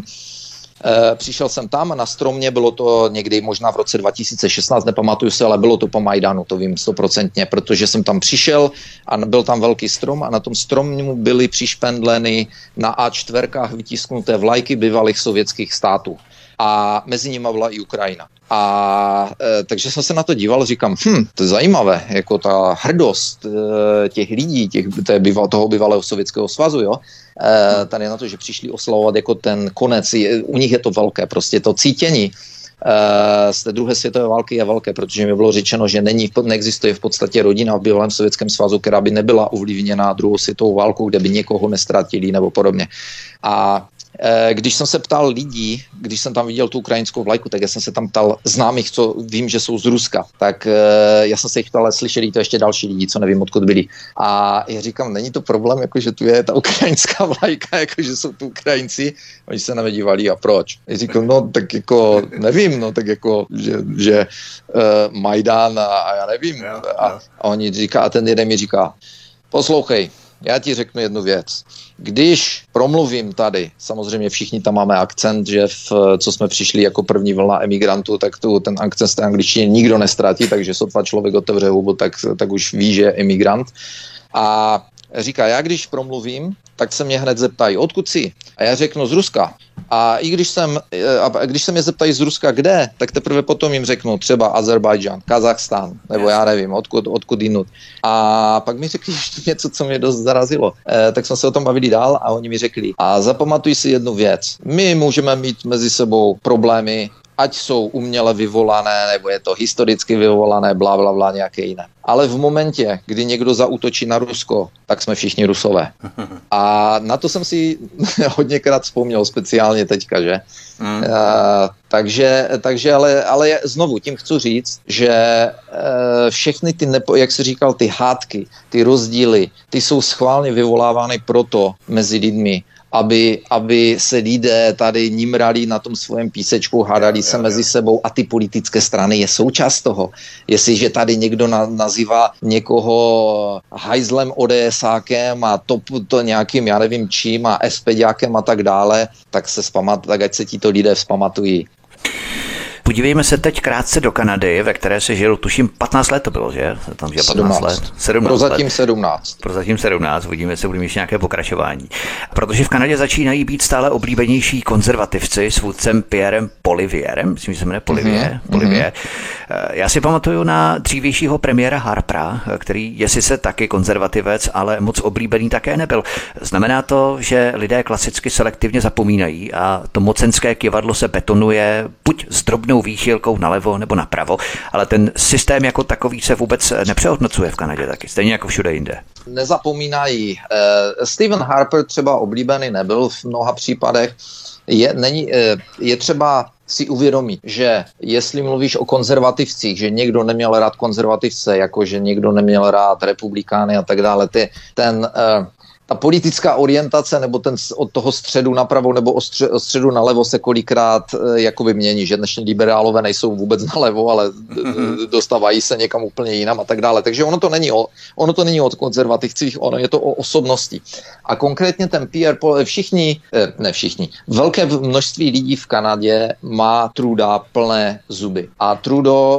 E, přišel jsem tam a na stromě, bylo to někdy možná v roce dva tisíce šestnáct, nepamatuju se, ale bylo to po Majdanu, to vím stoprocentně, protože jsem tam přišel a byl tam velký strom a na tom stromu byly přišpendleny na á čtyři vytisknuté vlajky bývalých sovětských států. A mezi nimi byla i Ukrajina. A e, takže jsem se na to díval, říkám, hm, to je zajímavé, jako ta hrdost e, těch lidí, těch, té, toho bývalého Sovětského svazu, jo, e, tady na to, že přišli oslavovat jako ten konec, je, u nich je to velké, prostě to cítění e, z té druhé světové války je velké, protože mi bylo řečeno, že není, neexistuje v podstatě rodina v bývalém Sovětském svazu, která by nebyla ovlivněna druhou světovou válkou, kde by někoho nestratili nebo podobně. A když jsem se ptal lidí, když jsem tam viděl tu ukrajinskou vlajku, tak já jsem se tam ptal známých, co vím, že jsou z Ruska, tak já jsem se jich ptal, slyšeli to ještě další lidi, co nevím, odkud byli. A já říkám, není to problém, jako že tu je ta ukrajinská vlajka, jako že jsou tu Ukrajinci, oni se na mě dívali a proč? Já říkám, no tak jako nevím, no tak jako, že, že uh, Majdan a, a já nevím. A, a oni říká, a ten jeden mi říká, poslouchej, já ti řeknu jednu věc. Když promluvím tady, samozřejmě všichni tam máme akcent, že v, co jsme přišli jako první vlna emigrantů, tak tu, ten akcent z té angličtiny nikdo nestratí, takže sotva člověk otevře hubu, tak, tak už ví, že je emigrant. A říká, já když promluvím, tak se mě hned zeptají, odkud jsi? A já řeknu z Ruska. A i když, jsem, a když se mě zeptají z Ruska kde, tak teprve potom jim řeknu třeba Azerbajdžán, Kazachstán, nebo já nevím, odkud, odkud jinut. A pak mi řekli ještě něco, co mě dost zarazilo. E, tak jsme se o tom bavili dál a oni mi řekli, a zapamatuj si jednu věc. My můžeme mít mezi sebou problémy, ať jsou uměle vyvolané, nebo je to historicky vyvolané, blá, blá, blá, nějaké jiné. Ale v momentě, kdy někdo zaútočí na Rusko, tak jsme všichni Rusové. A na to jsem si hodněkrát vzpomněl, speciálně teďka, že? Mm. Uh, takže, takže ale, ale znovu tím chci říct, že uh, všechny ty, nepo, jak jsi říkal, ty hádky, ty rozdíly, ty jsou schválně vyvolávány proto mezi lidmi, Aby, aby se lidé tady nimrali na tom svém písečku, hádali se mezi sebou a ty politické strany je součást toho. Jestliže tady někdo na, nazývá někoho hajzlem ODSákem a to, to nějakým, já nevím čím a SPďákem a tak dále, tak se spamat, tak ať se títo lidé vzpamatují. Podívejme se teď krátce do Kanady, ve které se žil, tuším, patnáct let to bylo, že? Tam žil patnáct let. sedmnáct Prozatím let. sedmnáct. Prozatím sedmnáct, uvidíme, jestli budeme ještě nějaké pokračování. Protože v Kanadě začínají být stále oblíbenější konzervativci s vůdcem Pierrem Poilievierem, myslím, že se jmenuje Poilievre. Mm-hmm. Poilievre. Já si pamatuju na dřívějšího premiéra Harpera, který je sice taky konzervativec, ale moc oblíbený také nebyl. Znamená to, že lidé klasicky selektivně zapomínají a to mocenské kyvadlo se betonuje buď s drobnou výchylkou nalevo nebo napravo, ale ten systém jako takový se vůbec nepřehodnocuje v Kanadě taky, stejně jako všude jinde. Nezapomínají. Stephen Harper třeba oblíbený nebyl v mnoha případech. Je, není, je třeba si uvědomit, že jestli mluvíš o konzervativcích, že někdo neměl rád konzervativce, jako že někdo neměl rád republikány a tak dále, ty, ten... Ta politická orientace nebo ten od toho středu napravo nebo od středu nalevo se kolikrát e, jakoby mění, že dnešní liberálové nejsou vůbec nalevo, ale e, dostávají se někam úplně jinam a tak dále. Takže ono to není o, ono to není o konzervativcích, ono je to o osobnosti. A konkrétně ten Pierre Poilievre, všichni, e, ne všichni, velké množství lidí v Kanadě má Trudeau plné zuby. A Trudeau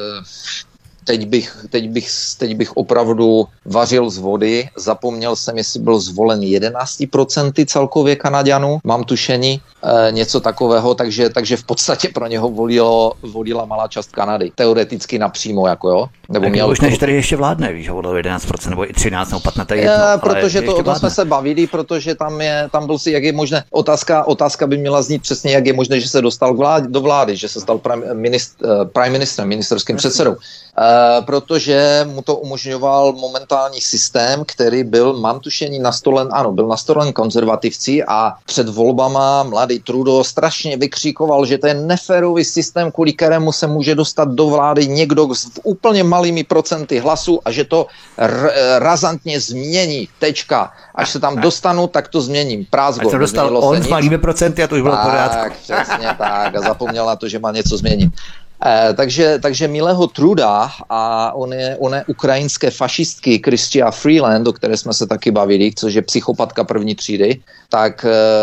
e, Teď bych, teď, bych, teď bych opravdu vařil z vody. Zapomněl jsem, jestli byl zvolen jedenáct procent celkově Kanaďanů. Mám tušení e, něco takového, takže, takže v podstatě pro něho volilo, volila malá část Kanady. Teoreticky napřímo, jako jo. Nebo měl už než tady ještě vládne, víš, volilo jedenáct procent nebo i třináct nebo patnáct, jedno, je, protože to, o tom jsme se bavili, protože tam je, tam byl si, jak je možné, otázka, otázka by měla znít přesně, jak je možné, že se dostal k vládě, do vlády, že se stal prime, minist, prime ministrem, ministerským předsedou. Uh, protože mu to umožňoval momentální systém, který byl, mám tušení, nastolen, ano, byl nastolen konzervativci a před volbama mladý Trudeau strašně vykříkoval, že to je neférový systém, kvůli kterému se může dostat do vlády někdo s úplně malými procenty hlasů a že to r- razantně změní, tečka. Až se tam dostanu, tak to změním. Prázgo. A to dostal on s malými procenty a to už bylo v pořádku. Tak, přesně tak. A zapomněl na to, že má něco změnit. Eh, takže, takže milého Truda a on je, on je ukrajinské fašistky Chrystia Freeland, o které jsme se taky bavili, což je psychopatka první třídy, tak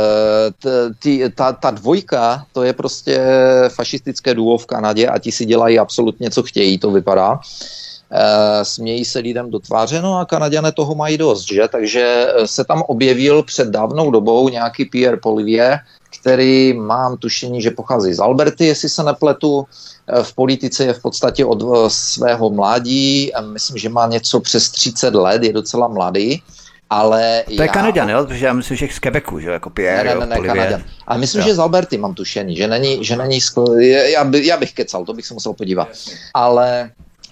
t, t, ta, ta dvojka, to je prostě fašistické duo v Kanadě a ti si dělají absolutně, co chtějí, to vypadá. E, smějí se lidem do tváře, no a Kanaďané toho mají dost, že? Takže se tam objevil před dávnou dobou nějaký Pierre Poilievre, který mám tušení, že pochází z Alberty, jestli se nepletu. V politice je v podstatě od svého mládí, myslím, že má něco přes třicet let, je docela mladý, ale to je já... Kanaďan, jo? Protože já myslím, že z Quebecu, že jako Pierre, ne, ne, ne, ne Kanaďan. A myslím, jo. že z Alberty mám tušení, že není, že není skl... já, by, já bych kecal, to bych se musel podívat. Jasně. Ale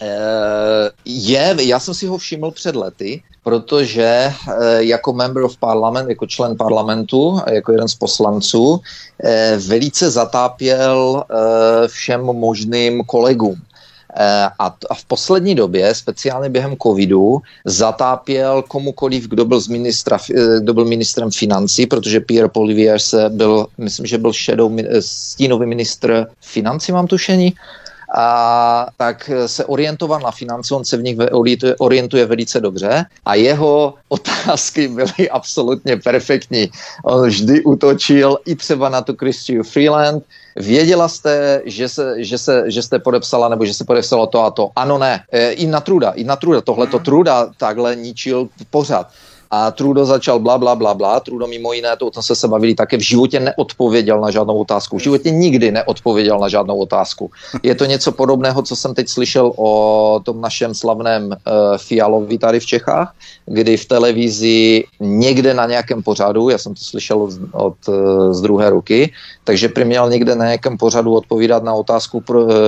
je, já jsem si ho všiml před lety, protože jako member of parliament, jako člen parlamentu, jako jeden z poslanců, velice zatápěl všem možným kolegům. A v poslední době, speciálně během covidu, zatápěl komukoliv, kdo byl, z ministra, kdo byl ministrem financí, protože Pierre Poilievre se byl, myslím, že byl shadow, stínový ministr financí, mám tušení, a tak se orientoval na finance, on se v nich orientuje, orientuje velice dobře a jeho otázky byly absolutně perfektní. On vždy útočil i třeba na tu Chrystiu Freeland. Věděla jste, že, se, že, se, že jste podepsala, nebo že se podepsalo to a to? Ano, ne. E, I na Truda, i na Truda. Tohleto Truda takhle ničil pořád. A Trudeau začal bla, bla, bla, bla. Trudeau mimo jiné, to o tom se se bavili také, v životě neodpověděl na žádnou otázku. V životě nikdy neodpověděl na žádnou otázku. Je to něco podobného, co jsem teď slyšel o tom našem slavném uh, Fialovi tady v Čechách, kdy v televizi někde na nějakém pořadu, já jsem to slyšel od, od z druhé ruky, takže prý měl někde na nějakém pořadu odpovídat na otázku pro, uh,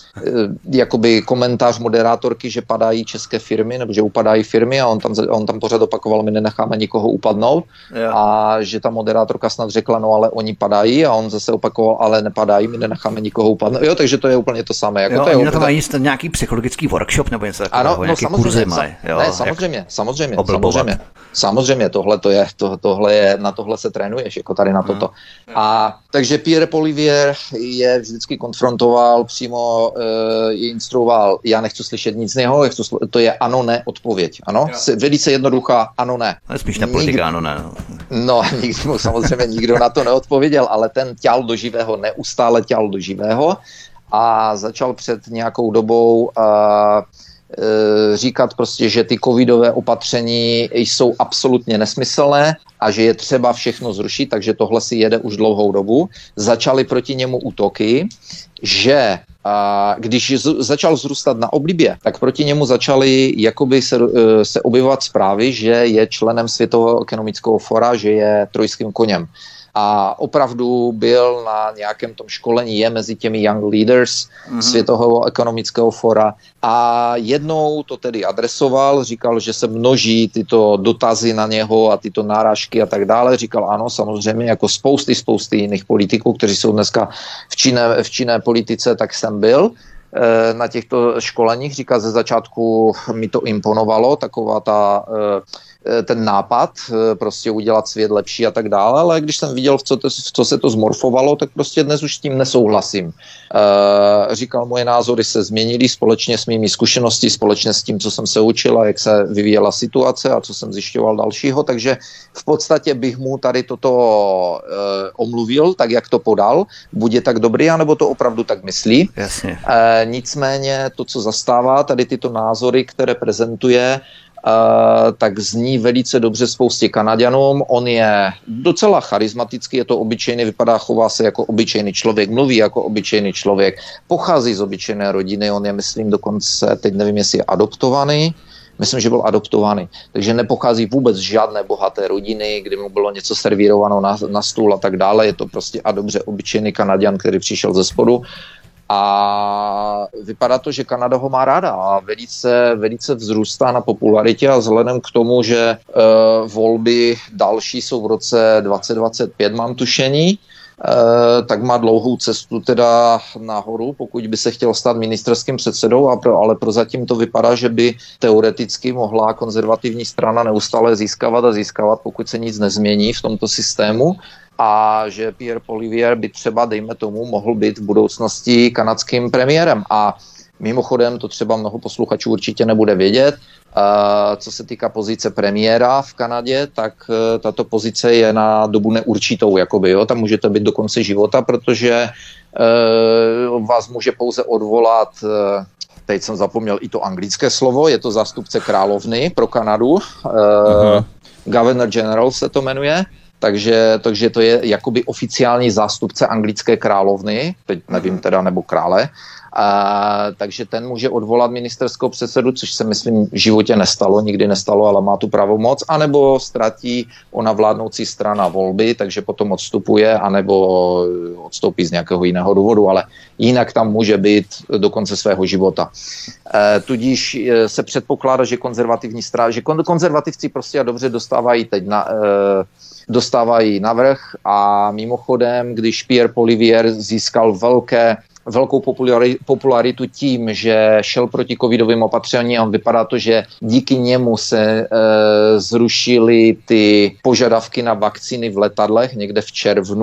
jakoby komentář moderátorky, že padají české firmy, nebo že upadají firmy a on tam, on tam pořád opakoval, my nenecháme nikoho upadnout yeah. a že ta moderátorka snad řekla, no ale oni padají a on zase opakoval, ale nepadají, my nenecháme nikoho upadnout. Jo, takže to je úplně to samé. Jako jo, to je oni úplně... na to mají nějaký psychologický workshop nebo něco takového, ano, nějaký no, kurzy mají. Jo, ne, samozřejmě, samozřejmě, oblbovat. samozřejmě. Samozřejmě, tohle, to je, to, tohle je, na tohle se trénuješ, jako tady na toto. Mm. A takže Pierre Poilievre je vždycky konfrontoval, přímo e, je instruoval, já nechci slyšet nic z něho, sl- to je ano, ne, odpověď. Ano, se, velice jednoduchá, ano, ne. Ale spíš na politika, ano, ne. No, nikdo, samozřejmě nikdo na to neodpověděl, ale ten ťal do živého, neustále ťal do živého a začal před nějakou dobou a, říkat prostě, že ty covidové opatření jsou absolutně nesmyslné a že je třeba všechno zrušit, takže tohle si jede už dlouhou dobu. Začaly proti němu útoky, že a když z, začal zrůstat na oblibě, tak proti němu začaly jakoby se, se objevovat zprávy, že je členem Světového ekonomického fóra, že je trojským koněm. A opravdu byl na nějakém tom školení, je mezi těmi young leaders mm-hmm. Světového ekonomického fóra a jednou to tedy adresoval, říkal, že se množí tyto dotazy na něho a tyto náražky a tak dále. Říkal ano, samozřejmě, jako spousty, spousty jiných politiků, kteří jsou dneska v činné, v činné politice, tak jsem byl na těchto školeních. Říkal, ze začátku mi to imponovalo, taková ta... ten nápad, prostě udělat svět lepší a tak dále, ale když jsem viděl, v co, to, v co se to zmorfovalo, tak prostě dnes už s tím nesouhlasím. E, říkal, moje názory se změnily společně s mými zkušenosti, společně s tím, co jsem se učil a jak se vyvíjela situace a co jsem zjišťoval dalšího, takže v podstatě bych mu tady toto e, omluvil, tak jak to podal, buď je tak dobrý, anebo to opravdu tak myslí. Jasně. E, nicméně to, co zastává, tady tyto názory, které prezentuje, Uh, tak zní velice dobře spoustě Kanaďanům. On je docela charismatický, je to obyčejný, vypadá, chová se jako obyčejný člověk, mluví jako obyčejný člověk, pochází z obyčejné rodiny, on je, myslím, dokonce, teď nevím, jestli je adoptovaný, myslím, že byl adoptovaný, takže nepochází vůbec z žádné bohaté rodiny, kdy mu bylo něco servírováno na, na stůl a tak dále, je to prostě a dobře obyčejný Kanaďan, který přišel ze spodu. A vypadá to, že Kanada ho má ráda a velice, velice vzrůstá na popularitě a vzhledem k tomu, že e, volby další jsou v roce dvacet dvacet pět, mám tušení, e, tak má dlouhou cestu teda nahoru, pokud by se chtěl stát ministerským předsedou, a pro, ale prozatím to vypadá, že by teoreticky mohla konzervativní strana neustále získávat a získávat, pokud se nic nezmění v tomto systému. A že Pierre Poilievre by třeba, dejme tomu, mohl být v budoucnosti kanadským premiérem. A mimochodem, to třeba mnoho posluchačů určitě nebude vědět, uh, co se týká pozice premiéra v Kanadě, tak uh, tato pozice je na dobu neurčitou, jakoby, jo? Tam můžete být do konce života, protože uh, vás může pouze odvolat, uh, teď jsem zapomněl i to anglické slovo, je to zástupce královny pro Kanadu, uh, uh-huh. Governor General se to jmenuje. Takže, takže to je jakoby oficiální zástupce anglické královny, teď nevím teda, nebo krále, a, takže ten může odvolat ministerského předsedu, což se myslím v životě nestalo, nikdy nestalo, ale má tu pravomoc, anebo ztratí ona vládnoucí strana volby, takže potom odstupuje, anebo odstoupí z nějakého jiného důvodu, ale jinak tam může být do konce svého života. E, tudíž e, se předpokládá, že konzervativní strana, že kon, konzervativci prostě a dobře dostávají teď na... E, dostávají navrch a mimochodem, když Pierre Poilievre získal velké, velkou popularitu tím, že šel proti covidovým opatřením a vypadá to, že díky němu se e, zrušily ty požadavky na vakcíny v letadlech někde v červnu,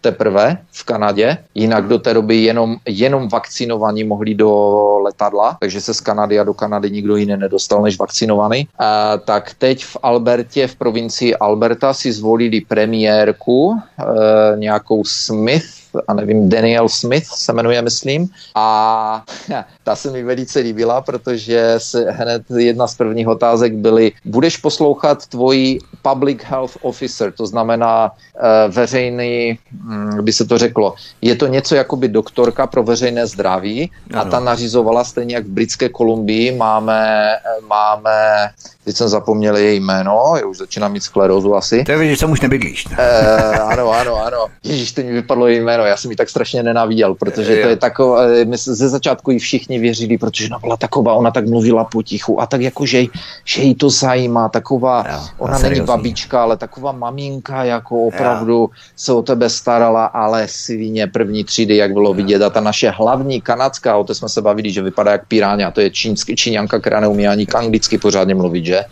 teprve v Kanadě, jinak do té doby jenom, jenom vakcinovaní mohli do letadla, takže se z Kanady a do Kanady nikdo jiný nedostal než vakcinovaný. A tak teď v Albertě, v provincii Alberta si zvolili premiérku, e, nějakou Smith, a nevím, Danielle Smith se jmenuje, myslím. A ta se mi velice líbila, protože se hned jedna z prvních otázek byly, budeš poslouchat tvoji public health officer, to znamená uh, veřejný, hm, by se to řeklo, je to něco jakoby doktorka pro veřejné zdraví a ano. Ta nařizovala, stejně jak v Britské Kolumbii máme, máme teď jsem zapomněl její jméno, já už začínám mít sklerózu asi. To je, že jsem už nebydlíš. Ne? E, ano, ano, ano. Ježíš, teď mi vypadlo její jméno, já jsem ji tak strašně nenáviděl, protože je, to je takové, my ze začátku ji všichni věřili, protože ona byla taková, ona tak mluvila potichu a tak jako, že, že jí to zajímá, taková, jo, ona není babička, ale taková maminka, jako opravdu jo. Se o tebe starala, ale svině první třídy, jak bylo jo. vidět. A ta naše hlavní kanadská, o té jsme se bavili, že vypadá jak piráňa, to je čínský, číňanka, která neumí ani anglicky pořádně mluvit, že?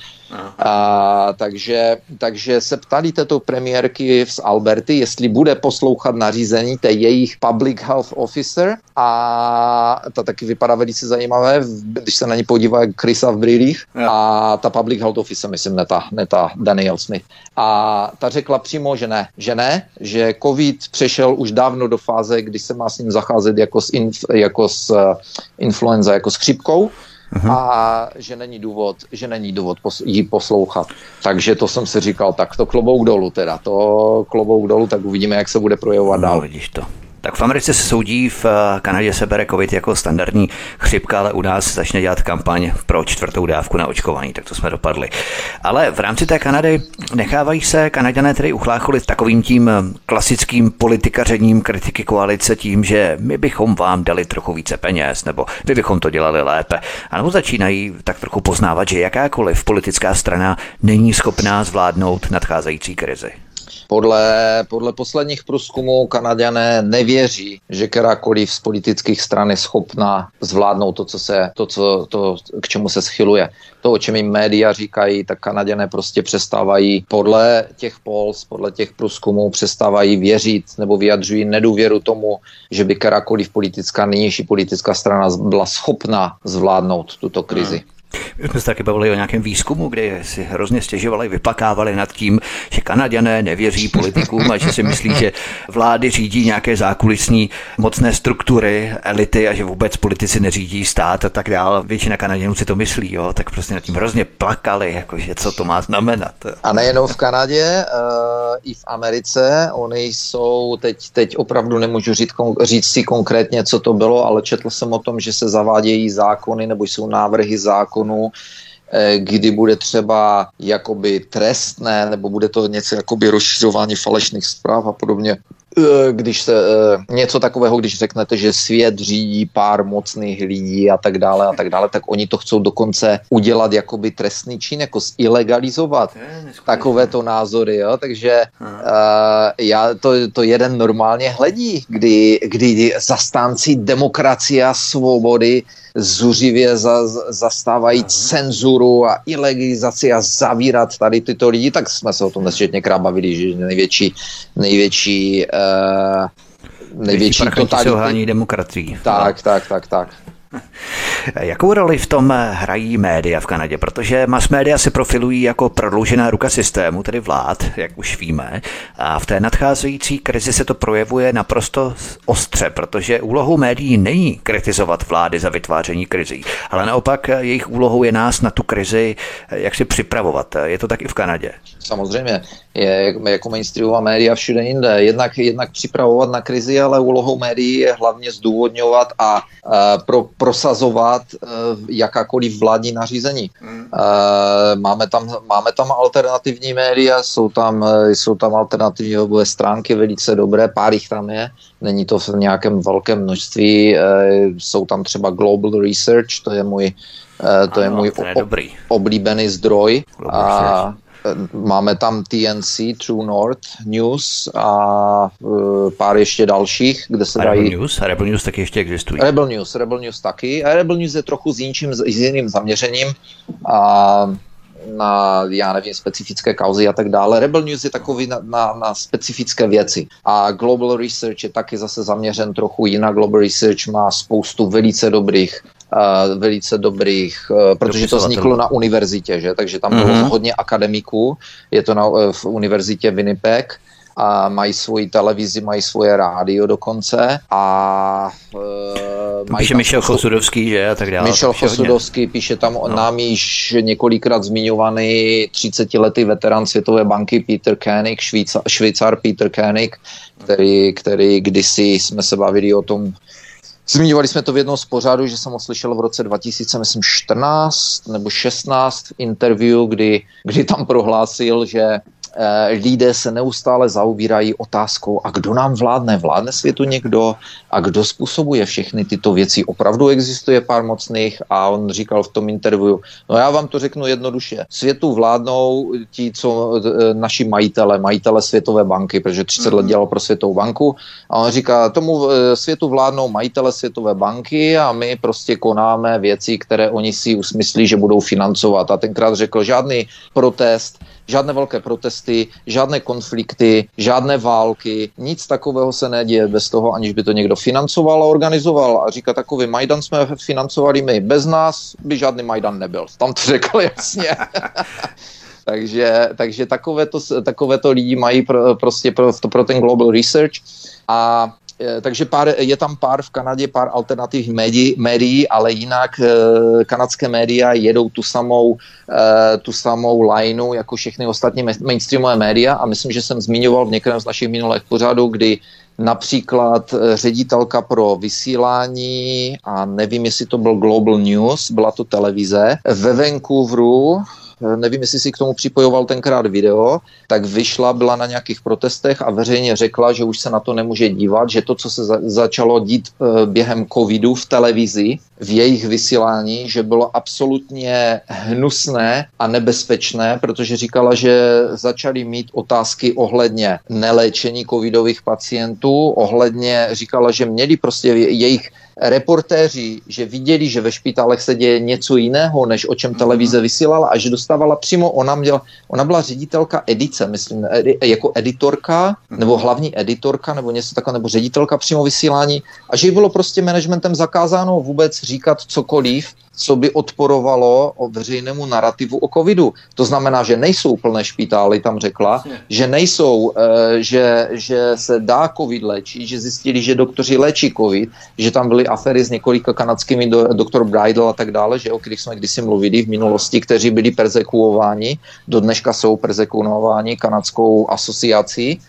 A, takže, takže se ptali této premiérky z Alberty, jestli bude poslouchat nařízení té jejich public health officer a ta taky vypadá velice zajímavé, když se na ní podívá jak Chrisa v brýlích a ta public health officer, myslím, ne ta, ne ta Danielle Smith. A ta řekla přímo, že ne, že ne, že covid přešel už dávno do fáze, kdy se má s ním zacházet jako s, inf, jako s uh, influenza, jako s chřipkou. Uhum. A že není důvod, že není důvod pos- jí poslouchat. Takže to jsem si říkal, tak to klobouk dolů teda, to klobouk dolů, tak uvidíme, jak se bude projevovat no, dál. Vidíš to. Tak v Americe se soudí, v Kanadě se bere covid jako standardní chřipka, ale u nás začne dělat kampaň pro čtvrtou dávku na očkování, tak to jsme dopadli. Ale v rámci té Kanady nechávají se Kanaďané tedy uchlácholit takovým tím klasickým politikařením kritiky koalice tím, že my bychom vám dali trochu více peněz, nebo my bychom to dělali lépe. A nebo začínají tak trochu poznávat, že jakákoliv politická strana není schopná zvládnout nadcházející krizi. Podle, podle posledních průzkumů Kanaďané nevěří, že kterákoliv z politických stran je schopná zvládnout to, co se, to, co, to, k čemu se schyluje. To, o čem jim média říkají, tak Kanaďané prostě přestávají podle těch polls, podle těch průzkumů přestávají věřit nebo vyjadřují nedůvěru tomu, že by kterákoliv politická, nynější politická strana byla schopná zvládnout tuto krizi. Hmm. My jsme se taky bavili o nějakém výzkumu, kde si hrozně stěžovali, vyplakávali nad tím, že Kanaďané nevěří politikům a že si myslí, že vlády řídí nějaké zákulisní mocné struktury, elity a že vůbec politici neřídí stát a tak dále. Většina Kanaděnů si to myslí, jo, tak prostě nad tím hrozně plakali, jakože co to má znamenat. A nejenom v Kanadě, uh, i v Americe, oni jsou, teď, teď opravdu nemůžu říct, říct si konkrétně, co to bylo, ale četl jsem o tom, že se zavádějí zákony nebo jsou návrhy zákonů, kdy bude třeba jakoby trestné, nebo bude to něco jakoby rozšiřování falešných zpráv a podobně. Když se něco takového, když řeknete, že svět řídí pár mocných lidí a tak dále a tak dále, tak oni to chcou dokonce udělat jakoby trestný čin, jako zilegalizovat takovéto názory, jo, takže uh, já to, to jeden normálně hledí, kdy, kdy zastánci demokracie a svobody zuřivě za, zastávají cenzuru a ilegalizaci a zavírat tady tyto lidi, tak jsme se o tom nesčetněkrát bavili, že největší největší uh, největší totalitní demokracií. Tak, tak, tak, tak. Jakou roli v tom hrají média v Kanadě? Protože mass média se profilují jako prodloužená ruka systému, tedy vlád, jak už víme. A v té nadcházející krizi se to projevuje naprosto ostře, protože úlohou médií není kritizovat vlády za vytváření krizí, ale naopak jejich úlohou je nás na tu krizi jak si připravovat. Je to tak i v Kanadě? Samozřejmě. Je jako mainstreamová média všude jinde. Jednak, jednak připravovat na krizi, ale úlohou médií je hlavně zdůvodňovat a uh, pro, prosazovat uh, jakákoliv vládní nařízení. Hmm. Uh, máme, tam, máme tam alternativní média, jsou tam, uh, jsou tam alternativní webové stránky velice dobré, pár jich tam je, není to v nějakém velkém množství, uh, jsou tam třeba Global Research, to je můj, uh, to ano, je můj to je ob, oblíbený zdroj. A máme tam T N C, True North News a uh, pár ještě dalších, kde se Rebel dají... News? A Rebel News taky ještě existují. Rebel News, Rebel News taky. A Rebel News je trochu s jinčím, s jiným zaměřením. A na, já nevím, specifické kauzy a tak dále. Rebel News je takový na, na, na specifické věci. A Global Research je taky zase zaměřen trochu jinak. Global Research má spoustu velice dobrých Uh, velice dobrých, uh, protože to vzniklo na univerzitě, že? Takže tam bylo mm-hmm. hodně akademiků, je to na, uh, v univerzitě Winnipeg a mají svoji televizi, mají svoje rádio dokonce a uh, mají píše Michal Chosudovský, že? A tak dále. Michal Chosudovský píše tam no. nám již několikrát zmiňovaný třicetiletý veterán Světové banky Peter Koenig, Švýcar, Švýcar Peter Koenig, který, který kdysi jsme se bavili o tom. Zmiňovali jsme to v jednom z pořadu, že jsem ho slyšel v roce dva tisíce čtrnáct nebo šestnáct v interview, kdy, kdy tam prohlásil, že eh, lidé se neustále zaobírají otázkou, a kdo nám vládne? Vládne světu někdo? A kdo způsobuje všechny tyto věci? Opravdu existuje pár mocných? A on říkal v tom interview, no já vám to řeknu jednoduše. Světu vládnou ti, co eh, naši majitele, majitele Světové banky, protože třicet let dělal pro Světovou banku. A on říká, tomu eh, světu vládnou majitele Světové banky a my prostě konáme věci, které oni si usmyslí, že budou financovat. A tenkrát řekl, žádný protest, žádné velké protesty, žádné konflikty, žádné války, nic takového se neděje bez toho, aniž by to někdo financoval a organizoval. A říká, takový Majdan jsme financovali my, bez nás by žádný Majdan nebyl. Tam to řekl jasně. takže takže takovéto, takovéto lidi mají pro, prostě pro, pro ten Global Research. A takže pár, je tam pár v Kanadě, pár alternativních médií, médií, ale jinak e, kanadské média jedou tu samou, e, tu samou lineu jako všechny ostatní mainstreamové média a myslím, že jsem zmiňoval v některém z našich minulých pořadů, kdy například ředitelka pro vysílání, a nevím, jestli to byl Global News, byla to televize, ve Vancouveru, nevím, jestli si k tomu připojoval tenkrát video, tak vyšla, byla na nějakých protestech a veřejně řekla, že už se na to nemůže dívat, že to, co se za- začalo dít e, během covidu v televizi, v jejich vysílání, že bylo absolutně hnusné a nebezpečné, protože říkala, že začali mít otázky ohledně neléčení covidových pacientů, ohledně, říkala, že měli prostě jejich reportéři, že viděli, že ve špitálech se děje něco jiného, než o čem televize vysílala a že dostávala přímo, ona, měla, ona byla ředitelka edice, myslím, edi, jako editorka, nebo hlavní editorka, nebo něco takového, nebo ředitelka přímo vysílání a že jí bylo prostě managementem zakázáno vůbec říkat cokoliv, co by odporovalo o veřejnému narrativu o covidu. To znamená, že nejsou plné špitály, tam řekla, že nejsou, že, že se dá covid léčit, že zjistili, že doktoři léčí covid, že tam byly aféry s několika kanadskými, do, doktor Bridle a tak dále, že o kterých jsme kdysi mluvili v minulosti, kteří byli perzekuováni, do dneška jsou perzekuováni kanadskou asociací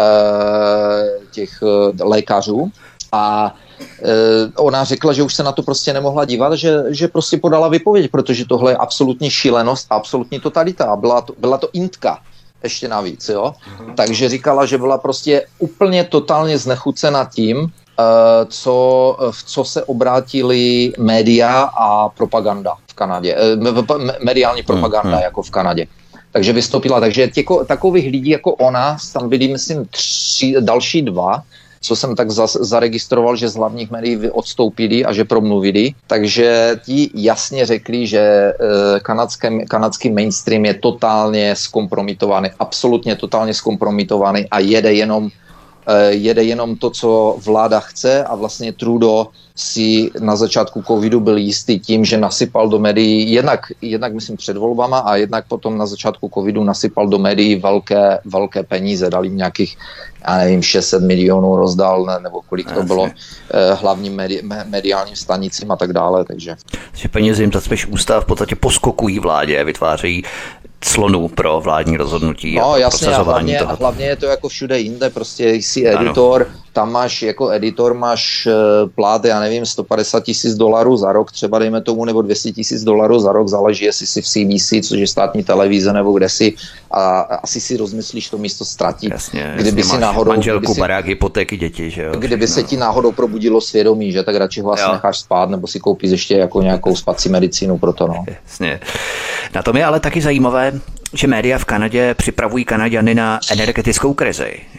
těch lékařů. A e, ona řekla, že už se na to prostě nemohla dívat, že, že prostě podala výpověď, protože tohle je absolutní šílenost a absolutní totalita. A byla to, byla to intka ještě navíc, jo. Mhm. Takže říkala, že byla prostě úplně totálně znechucena tím, e, co, v co se obrátili média a propaganda v Kanadě. E, mediální propaganda mhm. jako v Kanadě. Takže vystoupila. Takže těko, takových lidí jako ona, tam byli, myslím, tři, další dva, co jsem tak zas, zaregistroval, že z hlavních médií odstoupili a že promluvili. Takže ti jasně řekli, že e, kanadské, kanadský mainstream je totálně zkompromitovaný, absolutně totálně zkompromitovaný a jede jenom, e, jede jenom to, co vláda chce a vlastně Trudeau si na začátku covidu byl jistý tím, že nasypal do médií, jednak, jednak myslím před volbama a jednak potom na začátku covidu nasypal do médií velké, velké peníze, dal jim nějakých, já nevím, šest set milionů rozdal, ne, nebo kolik to bylo eh, hlavním medi, mediálním stanicím a tak dále, takže. Že peníze jim spíš ústav v podstatě poskokují vládě, vytvářejí clonu pro vládní rozhodnutí no, a pro jasně, prosazování a hlavně, toho. A hlavně je to jako všude jinde, prostě jsi editor, ano. Tam máš jako editor, máš uh, plát, já nevím, sto padesát tisíc dolarů za rok, třeba dejme tomu, nebo dvě stě tisíc dolarů za rok, záleží, jestli jsi v C B C, což je státní televize, nebo kde si, a asi si rozmyslíš to místo ztratit. Jasně, kdyby jasně, si náhodou, manželku, kdyby si, barák, hypotéky, děti, že jo. Kdyby no. se ti náhodou probudilo svědomí, že tak radši ho asi jo. necháš spát, nebo si koupíš ještě jako nějakou spací medicínu pro to, no. Jasně. Na tom je ale taky zajímavé, že média v Kanadě připravují Kanaďany na energetickou krizi.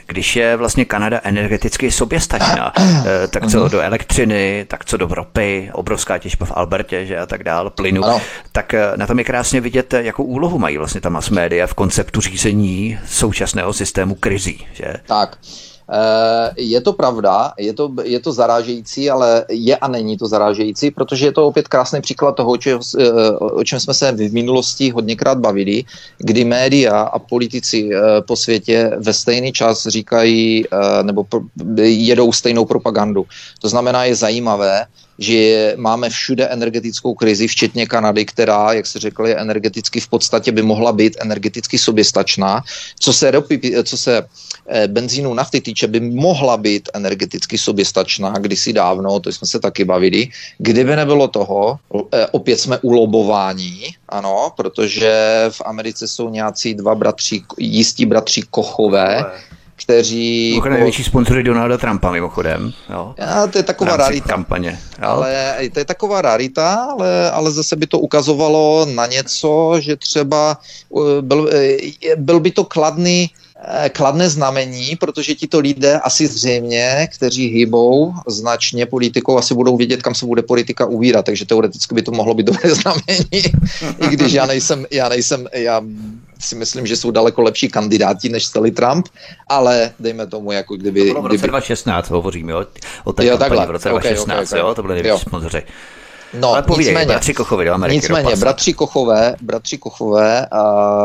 když je vlastně Kanada energeticky soběstačná, tak co do elektřiny, tak co do ropy, obrovská těžba v Albertě, že a tak dál, plynu, ano. Tak na tom je krásně vidět, jakou úlohu mají vlastně ta mass media v konceptu řízení současného systému krizí, že? Tak. Je to pravda, je to, je to zarážející, ale je a není to zarážející, protože je to opět krásný příklad toho, o čem jsme se v minulosti hodněkrát bavili, kdy média a politici po světě ve stejný čas říkají nebo jedou stejnou propagandu. To znamená, je zajímavé, že máme všude energetickou krizi, včetně Kanady, která, jak se řekl, je energeticky v podstatě by mohla být energeticky soběstačná. Co se ropy, co se benzínu, nafty týče, by mohla být energeticky soběstačná kdysi dávno, to jsme se taky bavili. Kdyby nebylo toho, opět jsme ulobování, ano, protože v Americe jsou nějací dva bratři, jistí bratři Kochové, kteří... Mimochodem největší sponzory Donalda Trumpa, mimochodem. Jo. Já, to je taková rarita. Kampaně. Ale to je taková rarita, ale, ale zase by to ukazovalo na něco, že třeba byl, byl by to kladný kladné znamení, protože tito lidé asi zřejmě, kteří hýbou značně politikou, asi budou vědět, kam se bude politika ubírat, takže teoreticky by to mohlo být dobré znamení, i když já nejsem, já nejsem, já si myslím, že jsou daleko lepší kandidáti než celý Trump, ale dejme tomu, jako kdyby... To bylo v roce dva tisíce šestnáct, hovoříme o, o té kampani v roce okay, dva tisíce šestnáct, okay, okay. Jo, to byly největší sponzoři. No, ale povídej, nicméně, bratři Kochovi do Ameriky. Nicméně, do bratři Kochové, bratři Kochové uh,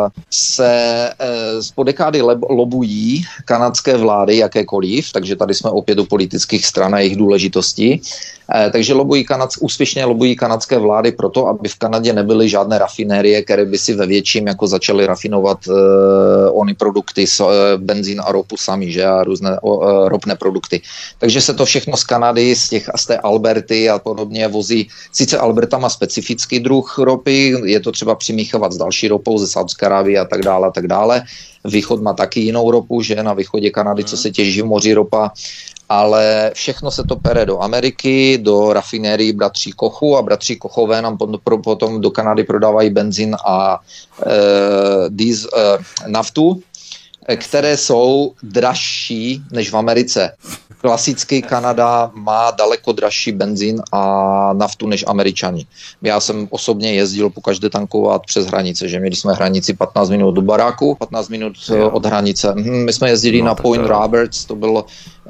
se uh, z po dekády leb, lobují kanadské vlády jakékoliv, takže tady jsme opět u politických stran a jejich důležitosti. Uh, takže lobují kanad, úspěšně lobují kanadské vlády proto, aby v Kanadě nebyly žádné rafinérie, které by si ve větším jako začaly rafinovat uh, ony produkty, so, uh, benzín a ropu sami, že a různé uh, ropné produkty. Takže se to všechno z Kanady, z, těch, z té Alberty a podobně vozí. Sice Alberta má specifický druh ropy, je to třeba přimíchávat s další ropou ze Saudské Arábie a tak dále a tak dále. Východ má taky jinou ropu, že na východě Kanady, co se těží v moři ropa, ale všechno se to pere do Ameriky, do rafinérií bratří Kochu a bratří Kochové nám potom do Kanady prodávají benzín a e, diesel, e, naftu, které jsou dražší než v Americe. Klasicky Kanada má daleko dražší benzín a naftu než Američani. Já jsem osobně jezdil pokaždé tankovat přes hranice, že měli jsme hranici patnáct minut do baráku, patnáct minut od hranice. My jsme jezdili no, na Point to... Roberts, to bylo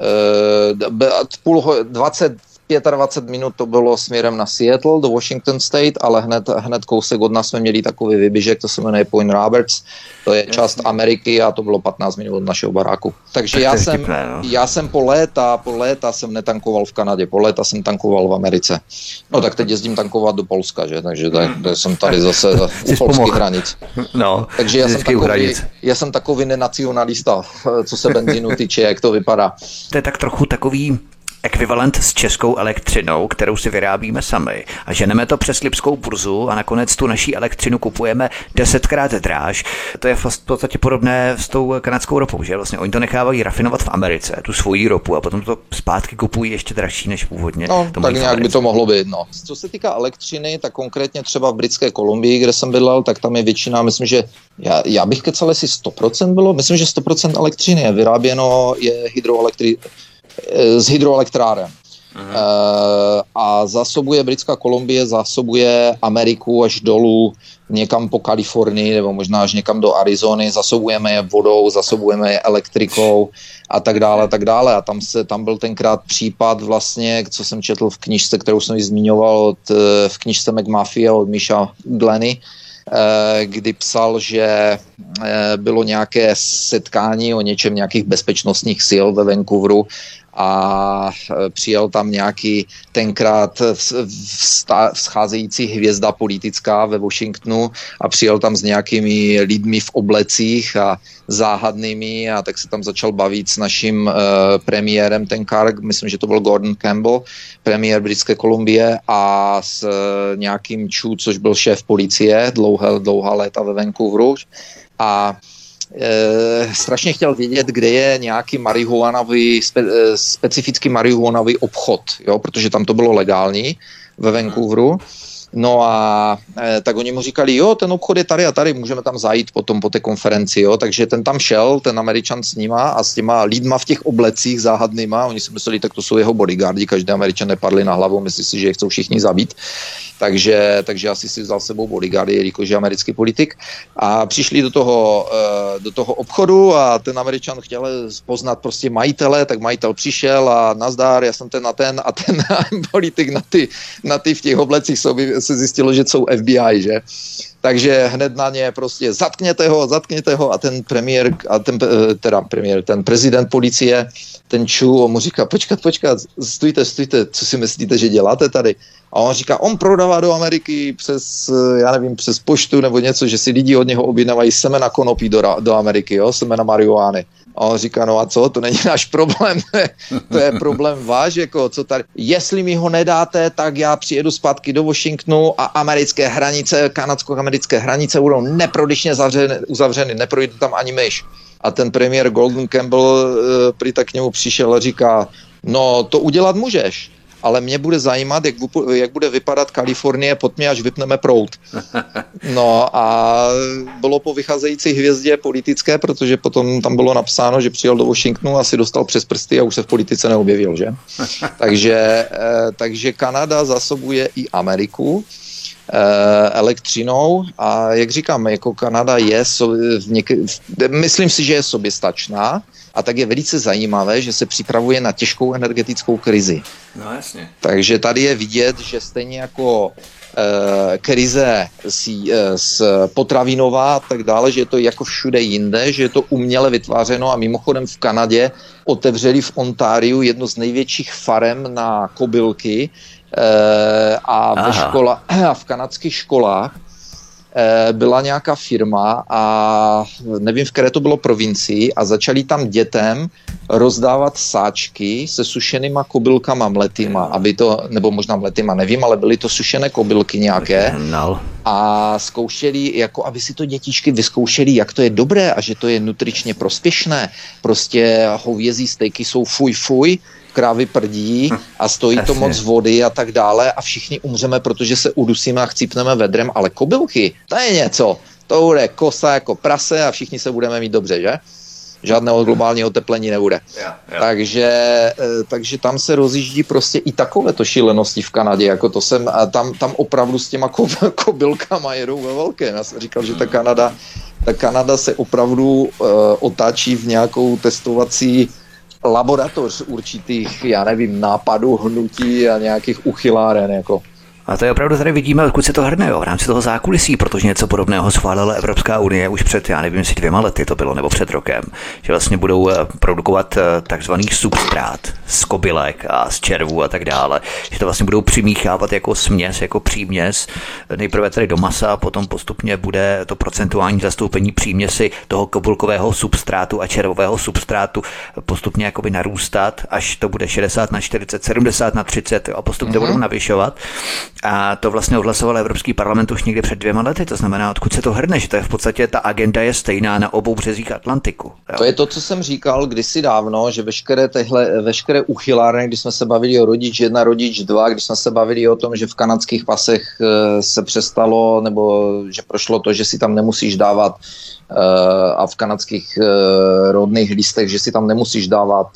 uh, půl, dvacet dvacet pět minut to bylo směrem na Seattle do Washington State, ale hned, hned kousek od nás jsme měli takový vyběžek, to se jmenuje Point Roberts, to je část Ameriky a to bylo patnáct minut od našeho baráku. Takže já jsem, vtipné, no. já jsem po léta, po léta jsem netankoval v Kanadě, po léta jsem tankoval v Americe. No tak teď jezdím tankovat do Polska, že? Takže tak, jsem tady zase u polských hranic. No, takže já jsem, takový, já jsem takový nenacionalista, co se benzínu týče, jak to vypadá. To je tak trochu takový ekvivalent s českou elektřinou, kterou si vyrábíme sami a ženeme to přes lipskou burzu a nakonec tu naší elektřinu kupujeme desetkrát dráž. To je v podstatě podobné s tou kanadskou ropou, že vlastně oni to nechávají rafinovat v Americe, tu svoji ropu a potom to zpátky kupují ještě dražší než původně. No, tak nějak by to mohlo být, no. Co se týká elektřiny, tak konkrétně třeba v Britské Kolumbii, kde jsem bydlel, tak tam je většina, myslím, že já, já bych kecal, jestli sto procent bylo, myslím, že sto procent elektřiny je vyráběno, je hydroelektri z hydroelektráren. Uh, a zásobuje Britská Kolumbie, zásobuje Ameriku až dolů někam po Kalifornii nebo možná až někam do Arizony, zásobujeme je vodou, zásobujeme je elektrikou a tak dále, a tak dále. A tam, se, tam byl tenkrát případ vlastně, co jsem četl v knižce, kterou jsem ji zmiňoval od, v knižce McMafia od Misha Glenny, kdy psal, že bylo nějaké setkání o něčem, nějakých bezpečnostních sil ve Vancouveru a přijel tam nějaký tenkrát vzcházející hvězda politická ve Washingtonu a přijel tam s nějakými lidmi v oblecích a záhadnými a tak se tam začal bavit s naším uh, premiérem tenkrát, myslím, že to byl Gordon Campbell, premiér Britské Kolumbie a s uh, nějakým Chu, což byl šéf policie dlouhá, dlouhá léta ve Vancouveru a E, strašně chtěl vědět, kde je nějaký marihuanový, spe, e, specifický marihuanový obchod, jo, protože tam to bylo legální ve Vancouveru. No a e, tak oni mu říkali, jo, ten obchod je tady a tady, můžeme tam zajít potom po té konferenci, jo, takže ten tam šel, ten Američan s nima a s těma lidma v těch oblecích záhadnýma, oni si mysleli, tak to jsou jeho bodyguardi, každý Američan nepadli na hlavu, myslí si, že je chcou všichni zabít, takže, takže asi si vzal sebou bodyguardy, jelikož je americký politik a přišli do toho, e, do toho obchodu a ten Američan chtěl poznat prostě majitele, tak majitel přišel a nazdar, já jsem ten a ten a ten politik na ty, na ty v těch oblecích se zjistilo, že jsou F B I, že? Takže hned na ně prostě zatkněte ho, zatkněte ho a ten premiér, a ten, teda premiér, ten prezident policie, ten Chu, on mu říká, počkat, počkat, stůjte, stůjte, co si myslíte, že děláte tady? A on říká, on prodává do Ameriky přes, já nevím, přes poštu nebo něco, že si lidi od něho objednávají semena konopí do, do Ameriky, jo, semena marihuány. A on říká, no a co, to není náš problém, to je problém váš, jako, co tady, jestli mi ho nedáte, tak já přijedu zpátky do Washingtonu a americké hranice, kanadsko-americké hranice budou neprodyšně zavřeny, uzavřeny, neprojde tam ani myš. A ten premiér Golden Campbell e, prý tak k němu přišel a říká, no to udělat můžeš, ale mě bude zajímat, jak, jak bude vypadat Kalifornie pod mě, až vypneme proud. No a bylo po vycházející hvězdě politické, protože potom tam bylo napsáno, že přijel do Washingtonu a si dostal přes prsty a už se v politice neobjevil, že? takže, takže Kanada zasobuje i Ameriku elektřinou a jak říkám, jako Kanada je, v něk- myslím si, že je soběstačná a tak je velice zajímavé, že se připravuje na těžkou energetickou krizi. No jasně. Takže tady je vidět, že stejně jako e, krize si, e, s potravinová a tak dále, že je to jako všude jinde, že je to uměle vytvářeno a mimochodem v Kanadě otevřeli v Ontáriu jednu z největších farem na kobylky, a ve škola, a v kanadských školách byla nějaká firma a nevím, v které to bylo provincii a začali tam dětem rozdávat sáčky se sušenýma kobylkama mletýma, aby to, nebo možná mletýma, nevím, ale byly to sušené kobylky nějaké a zkoušeli, jako aby si to dětičky vyzkoušeli, jak to je dobré a že to je nutričně prospěšné. Prostě hovězí stejky jsou fuj fuj, krávy prdí a stojí to moc vody a tak dále a všichni umřeme, protože se udusíme a chcípneme vedrem, ale kobylky, to je něco. To bude kosa jako prase a všichni se budeme mít dobře, že? Žádného globálního oteplení nebude. Yeah, yeah. Takže, takže tam se rozjíždí prostě i takovéto šílenosti v Kanadě, jako to jsem, a tam, tam opravdu s těma kobylkama jedou ve velkém. Já jsem říkal, že ta Kanada, ta Kanada se opravdu uh, otáčí v nějakou testovací laboratoř určitých, já nevím, nápadů, hnutí a nějakých uchyláren, jako. A to je opravdu tady vidíme, odkud se to hrne, jo, v rámci toho zákulisí, protože něco podobného schválila Evropská unie už před, já nevím, jestli dvěma lety to bylo, nebo před rokem, že vlastně budou produkovat takzvaný substrát z kobylek a z červů a tak dále, že to vlastně budou přimíchávat jako směs, jako příměs, nejprve tady do masa a potom postupně bude to procentuální zastoupení příměsi toho kobylkového substrátu a červového substrátu postupně jakoby narůstat, až to bude šedesát na čtyřicet, sedmdesát na třicet, jo, a postupně mm-hmm. to budou navyšovat. A to vlastně odhlasoval Evropský parlament už někdy před dvěma lety, to znamená, odkud se to hrne, že to je v podstatě, ta agenda je stejná na obou březích Atlantiku. Jo? To je to, co jsem říkal kdysi dávno, že veškeré, tehle, veškeré uchylárny, když jsme se bavili o rodič jedna, rodič dva, když jsme se bavili o tom, že v kanadských pasech se přestalo, nebo že prošlo to, že si tam nemusíš dávat a v kanadských rodných listech, že si tam nemusíš dávat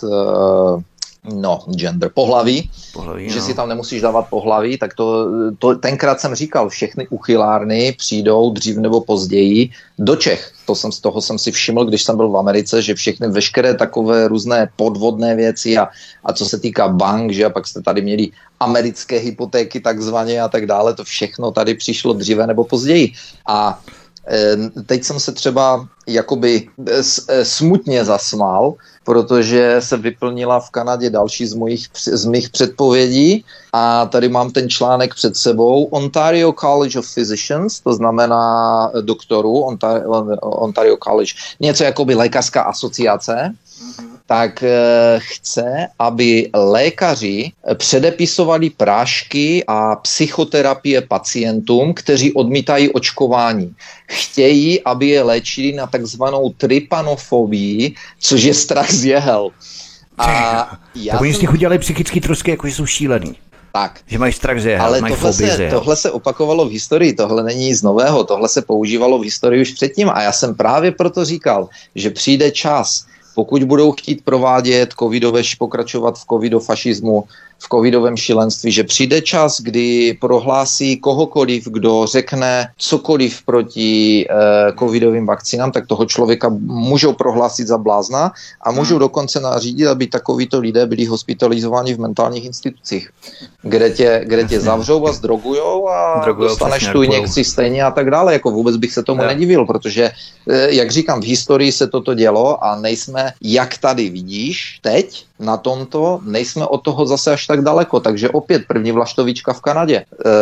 no, gender, pohlaví, pohlaví že no. si tam nemusíš dávat pohlaví, tak to, to tenkrát jsem říkal, všechny uchylárny přijdou dřív nebo později do Čech. To jsem, z toho jsem si všiml, když jsem byl v Americe, že všechny veškeré takové různé podvodné věci a, a co se týká bank, že a pak jste tady měli americké hypotéky takzvaně a tak dále, to všechno tady přišlo dříve nebo později. A teď jsem se třeba jakoby smutně zasmál, protože se vyplnila v Kanadě další z, mojich, z mých předpovědí a tady mám ten článek před sebou. Ontario College of Physicians, to znamená doktorů, Ontario, Ontario College, něco jakoby lékařská asociace, mm-hmm. tak chce, aby lékaři předepisovali prášky a psychoterapie pacientům, kteří odmítají očkování. Chtějí, aby je léčili na takzvanou trypanofobii, což je strach z jehel. A já tak oni jsem... z nich udělali psychický trosky, jakože jsou šílený. Tak. Že mají strach z jehel, ale mají tohle fobii z se, jehel. tohle se opakovalo v historii, tohle není nic nového, tohle se používalo v historii už předtím a já jsem právě proto říkal, že přijde čas, pokud budou chtít provádět covidové, pokračovat v covidofašismu, v covidovém šílenství, že přijde čas, kdy prohlásí kohokoliv, kdo řekne cokoliv proti eh, covidovým vakcínám, tak toho člověka můžou prohlásit za blázna a můžou hmm. dokonce nařídit, aby takovýto lidé byli hospitalizováni v mentálních institucích, kde tě, kde tě zavřou a zdrogujou a drogujou, dostaneš tu injekci stejně a tak dále. Jako vůbec bych se tomu ja. nedivil, protože, eh, jak říkám, v historii se toto dělo a nejsme, jak tady vidíš, teď na tomto, nejsme od toho zase až tak daleko, takže opět první vlaštovička v Kanadě.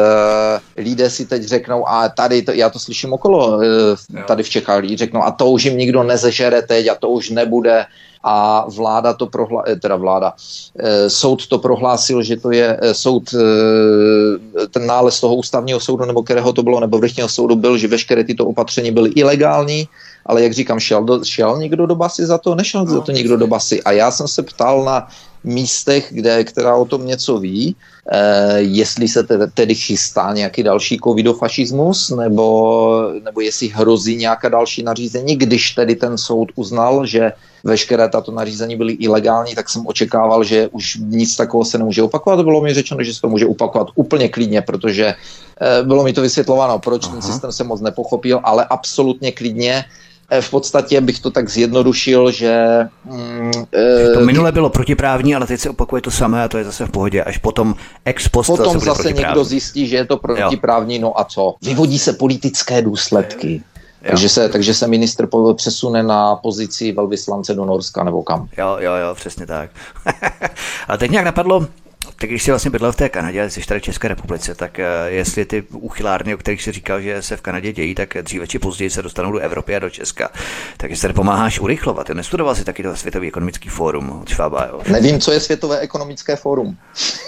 E, lidé si teď řeknou, a tady, to, já to slyším okolo, e, tady v Čechách lidi řeknou, a to už jim nikdo nezežere teď a to už nebude. A vláda to prohlásila, teda vláda, e, soud to prohlásil, že to je e, soud, e, ten nález toho ústavního soudu, nebo kterého to bylo, nebo vrchního soudu byl, že veškeré tyto opatření byly ilegální, ale jak říkám, šel, do, šel někdo do basy za to? Nešel no, za to nikdo do basy. A já jsem se ptal na místech, kde, která o tom něco ví, eh, jestli se tedy, tedy chystá nějaký další covidofašismus, nebo, nebo jestli hrozí nějaká další nařízení, když tedy ten soud uznal, že veškeré tato nařízení byly ilegální, tak jsem očekával, že už nic takového se nemůže opakovat. Bylo mi řečeno, že se to může opakovat úplně klidně, protože eh, bylo mi to vysvětlováno, proč Aha. ten systém se moc nepochopil, ale absolutně klidně. V podstatě bych to tak zjednodušil, že... Mm, to minule bylo protiprávní, ale teď se opakuje to samé a to je zase v pohodě. Až potom ex post potom zase, zase někdo zjistí, že je to protiprávní, no a co? Vyvodí se politické důsledky. Takže se, takže se ministr přesune na pozici velvyslance do Norska nebo kam. Jo, jo, jo, přesně tak. Ale teď nějak napadlo, tak když jsi vlastně bydlel v té Kanadě, jsi tady v České republice, tak jestli ty úchylárny, o kterých jsi říkal, že se v Kanadě dějí, tak dříve či později se dostanou do Evropy a do Česka. Tak jestli tady pomáháš urychlovat. Nestudoval jsi taky to Světový ekonomický fórum od Schwaba, jo? Nevím, co je Světové ekonomické fórum.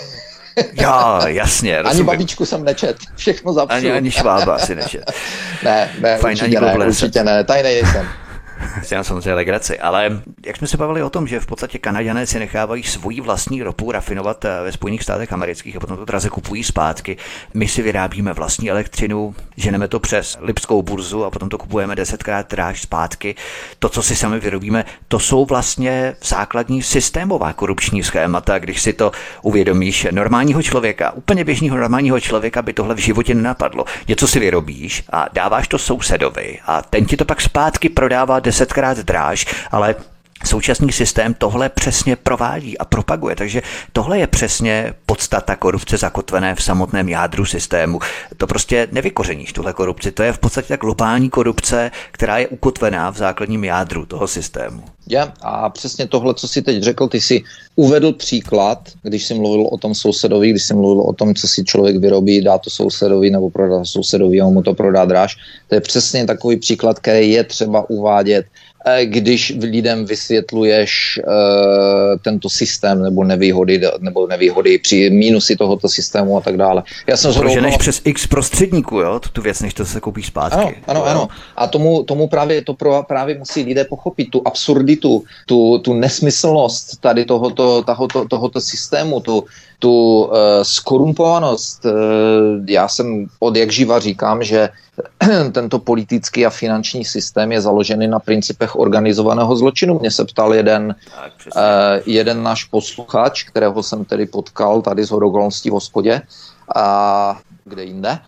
Jo, jasně. Ani babičku jsem nečet, všechno zapřu. Ani, ani Schwaba si nečet. ne, ne, Fajn, určitě ne, určitě ne, tajnej jsem. Já samozřejmě legraci, ale jak jsme se bavili o tom, že v podstatě Kanaďané si nechávají svoji vlastní ropu rafinovat ve Spojených státech amerických a potom to draze kupují zpátky. My si vyrábíme vlastní elektřinu, ženeme to přes Lipskou burzu a potom to kupujeme desetkrát dráž zpátky. To, co si sami vyrobíme, to jsou vlastně základní systémová korupční schémata. Když si to uvědomíš, normálního člověka, úplně běžného normálního člověka by tohle v životě nenapadlo. Něco si vyrobíš a dáváš to sousedovi a ten ti to pak zpátky prodává desetkrát dráž, ale současný systém tohle přesně provádí a propaguje, takže tohle je přesně podstata korupce zakotvené v samotném jádru systému. To prostě nevykořeníš, tuhle korupci, to je v podstatě tak globální korupce, která je ukotvená v základním jádru toho systému. Ja, a přesně tohle, co jsi teď řekl, ty si uvedl příklad, když jsi mluvil o tom sousedovi, když jsi mluvil o tom, co si člověk vyrobí, dá to sousedovi nebo prodá sousedovi a on mu to prodá dráž. To je přesně takový příklad, který je třeba uvádět, když lidem vysvětluješ uh, tento systém nebo nevýhody, nebo nevýhody při mínusy tohoto systému a tak dále. Já jsem Proženeš okolo... přes x prostředníků, jo, tu věc, než to se koupíš zpátky. Ano, ano, ano. A tomu, tomu právě, to pro, právě musí lidé pochopit, tu absurditu, tu, tu nesmyslnost tady tohoto, tohoto, tohoto systému, tu, tu uh, skorumpovanost. Uh, já jsem od jak živa říkám, že tento politický a finanční systém je založený na principech organizovaného zločinu. Mě se ptal jeden, uh, jeden náš posluchač, kterého jsem tedy potkal tady z okolností v hospodě. A kde jinde?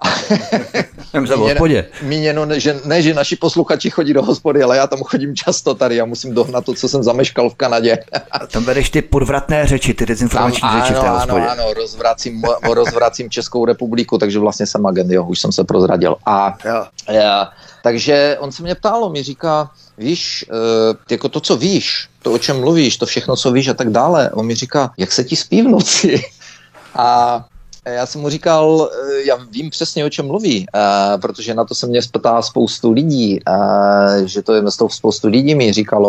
v hospodě. Míněno, ne že, ne, že naši posluchači chodí do hospody, ale já tam chodím často tady. Já musím dohnat to, co jsem zameškal v Kanadě. A tam vedeš ty podvratné řeči, ty dezinformační tam, řeči ano, v té hospodě. Ano, ano, rozvracím, rozvracím Českou republiku, takže vlastně jsem agent, jo, už jsem se prozradil. A já, takže on se mě ptal, on mi říká, víš, jako to, co víš, to, o čem mluvíš, to všechno, co víš a tak dále. On mi říká, jak se ti spí v noci? A já jsem mu říkal, já vím přesně, o čem mluví, uh, protože na to se mě ptá spoustu lidí, uh, že to je spoustu lidí mi říkalo,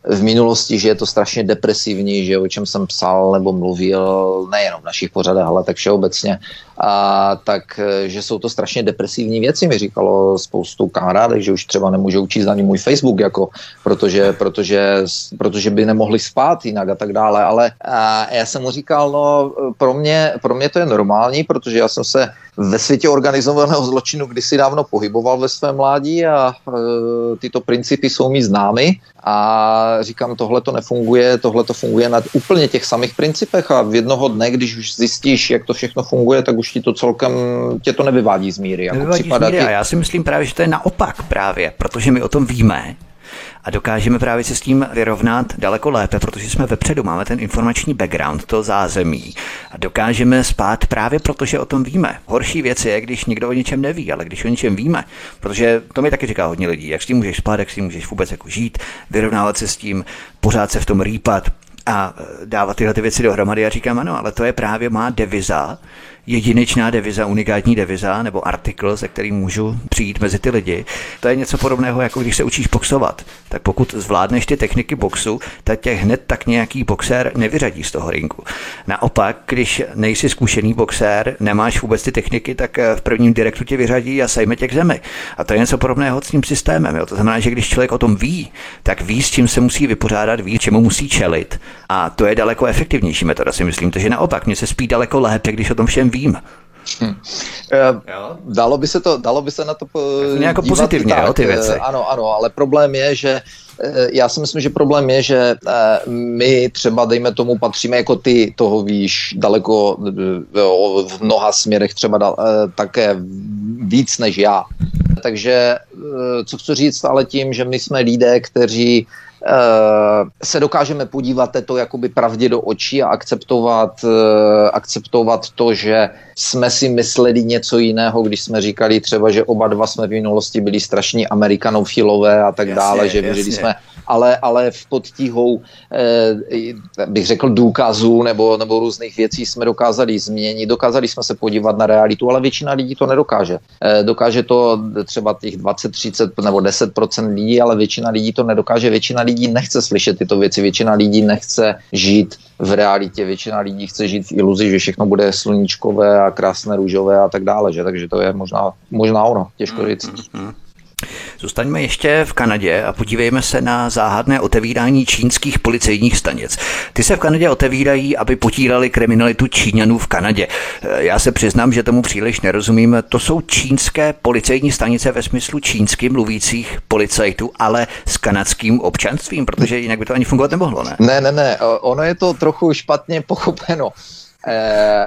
v minulosti, že je to strašně depresivní, že o čem jsem psal nebo mluvil, nejenom v našich pořadech, ale tak všeobecně, a tak, že jsou to strašně depresivní věci, mi říkalo spoustu kamarádek, že už třeba nemůžou číst ani můj Facebook, jako, protože, protože, protože by nemohli spát jinak a tak dále, ale a já jsem mu říkal, no pro mě, pro mě to je normální, protože já jsem se ve světě organizovaného zločinu kdysi dávno pohyboval ve svém mládí a e, tyto principy jsou mi známy a říkám, tohle to nefunguje, tohle to funguje na úplně těch samých principech a v jednoho dne, když už zjistíš, jak to všechno funguje, tak už ti to celkem, tě to nevyvádí z míry. Jako nevyvádí z míry a já si myslím právě, že to je naopak právě, protože my o tom víme a dokážeme právě se s tím vyrovnat daleko lépe, protože jsme vepředu, máme ten informační background, to zázemí a dokážeme spát právě protože o tom víme. Horší věc je, když nikdo o něčem neví, ale když o něčem víme, protože to mi taky říká hodně lidí, jak s tím můžeš spát, jak s tím můžeš vůbec jako žít, vyrovnávat se s tím, pořád se v tom rýpat a dávat tyhle ty věci dohromady. A říkám, ano, ale to je právě má deviza, jedinečná deviza, unikátní deviza nebo artikl, se kterým můžu přijít mezi ty lidi. To je něco podobného, jako když se učíš boxovat. Tak pokud zvládneš ty techniky boxu, tak tě hned tak nějaký boxér nevyřadí z toho ringu. Naopak, když nejsi zkušený boxér, nemáš vůbec ty techniky, tak v prvním direktu tě vyřadí a sejme tě k zemi. A to je něco podobného s tím systémem. Jo? To znamená, že když člověk o tom ví, tak ví, s čím se musí vypořádat, ví, čemu musí čelit. A to je daleko efektivnější metoda, si myslím. Takže naopak, mně se spí daleko lépe, když o tom všem vím. Hm. Dalo by se to, dalo by se na to nějak pozitivně, jo, ty věci. Ano, ano, ale problém je, že já si myslím, že problém je, že my třeba, dejme tomu, patříme jako ty, toho víš, daleko v mnoha směrech třeba také víc než já. Takže co chci říct, ale tím, že my jsme lidé, kteří se dokážeme podívat to jakoby pravdě do očí a akceptovat, akceptovat to, že jsme si mysleli něco jiného, když jsme říkali třeba, že oba dva jsme v minulosti byli strašní amerikanofilové a tak jasně, dále, že věřili jsme, ale, ale v podtíhou eh, bych řekl důkazů nebo, nebo různých věcí jsme dokázali změnit, dokázali jsme se podívat na realitu, ale většina lidí to nedokáže. Eh, dokáže to třeba těch dvacet, třicet nebo deset procent lidí, ale většina lidí to nedokáže, většina lidí nechce slyšet tyto věci, většina lidí nechce žít v realitě, většina lidí chce žít v iluzi, že všechno bude sluníčkové a krásné růžové a tak dále, že? Takže to je možná, možná ono, těžko říct. Zůstaňme ještě v Kanadě a podívejme se na záhadné otevírání čínských policejních stanic. Ty se v Kanadě otevírají, aby potírali kriminalitu Číňanů v Kanadě. Já se přiznám, že tomu příliš nerozumím. To jsou čínské policejní stanice ve smyslu čínsky mluvících policajtů, ale s kanadským občanstvím, protože jinak by to ani fungovat nemohlo, ne? Ne, ne, ne. Ono je to trochu špatně pochopeno. Eh,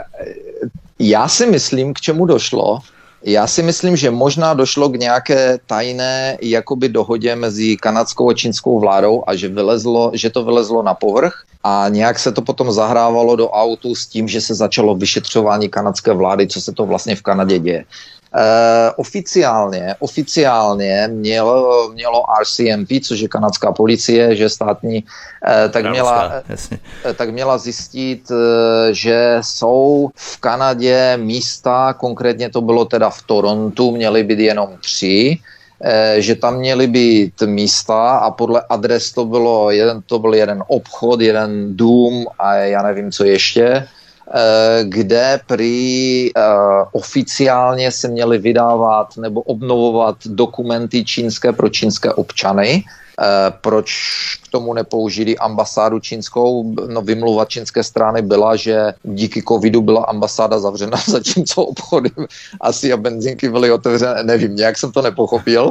já si myslím, k čemu došlo. Já si myslím, že možná došlo k nějaké tajné jakoby dohodě mezi kanadskou a čínskou vládou a že, vylezlo, že to vylezlo na povrch a nějak se to potom zahrávalo do autu s tím, že se začalo vyšetřování kanadské vlády, co se to vlastně v Kanadě děje. Uh, oficiálně, oficiálně mělo, mělo R C M P, což je kanadská policie, že státní, uh, tak, měla, uh, tak měla zjistit, uh, že jsou v Kanadě místa, konkrétně to bylo teda v Torontu, měly být jenom tři, uh, že tam měly být místa a podle adres to bylo jeden, to byl jeden obchod, jeden dům a já nevím, co ještě, kde prý uh, oficiálně se měly vydávat nebo obnovovat dokumenty čínské pro čínské občany. Uh, proč k tomu nepoužili ambasádu čínskou? No, vymluva čínské strany byla, že díky covidu byla ambasáda zavřena, zatímco obchody asi a benzínky byly otevřené. Nevím, nějak jsem to nepochopil.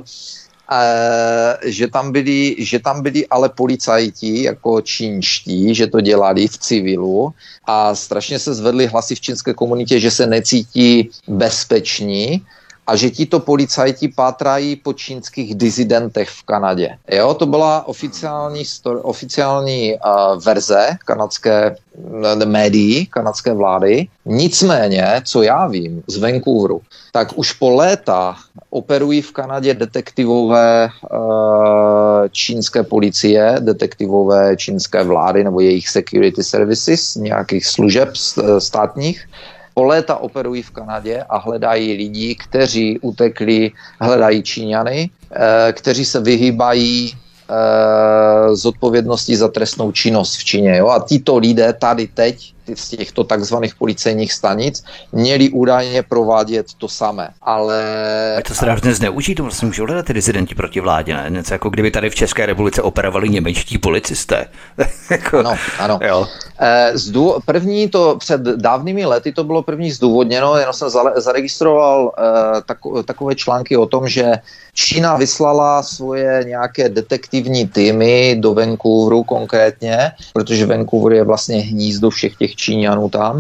Uh, že, tam byli, že tam byli ale policajti jako čínští, že to dělali v civilu a strašně se zvedly hlasy v čínské komunitě, že se necítí bezpeční a že tito policajti pátrají po čínských disidentech v Kanadě. Jo, to byla oficiální, sto- oficiální uh, verze kanadské uh, médií, kanadské vlády. Nicméně, co já vím z Vancouveru, tak už po léta operují v Kanadě detektivové uh, čínské policie, detektivové čínské vlády nebo jejich security services, nějakých služeb státních. Po léta operují v Kanadě a hledají lidi, kteří utekli, hledají Číňany, eh, kteří se vyhýbají e, zodpovědnosti za trestnou činnost v Číně. Jo? A tito lidé tady teď z těchto takzvaných policejních stanic měli údajně provádět to samé. Ale... A to se dá hrozně zneužít, to vlastně můžou hledat ty disidenti proti vládě, ne? Něco jako kdyby tady v České republice operovali němečtí policisté. jako, ano, ano. Jo. E, zdů, první to před dávnými lety to bylo první zdůvodněno, jenom jsem zaregistroval e, tak, takové články o tom, že Čína vyslala svoje nějaké detektivní týmy do Vancouveru konkrétně, protože Vancouver je vlastně hnízdo všech těch Číňanů tam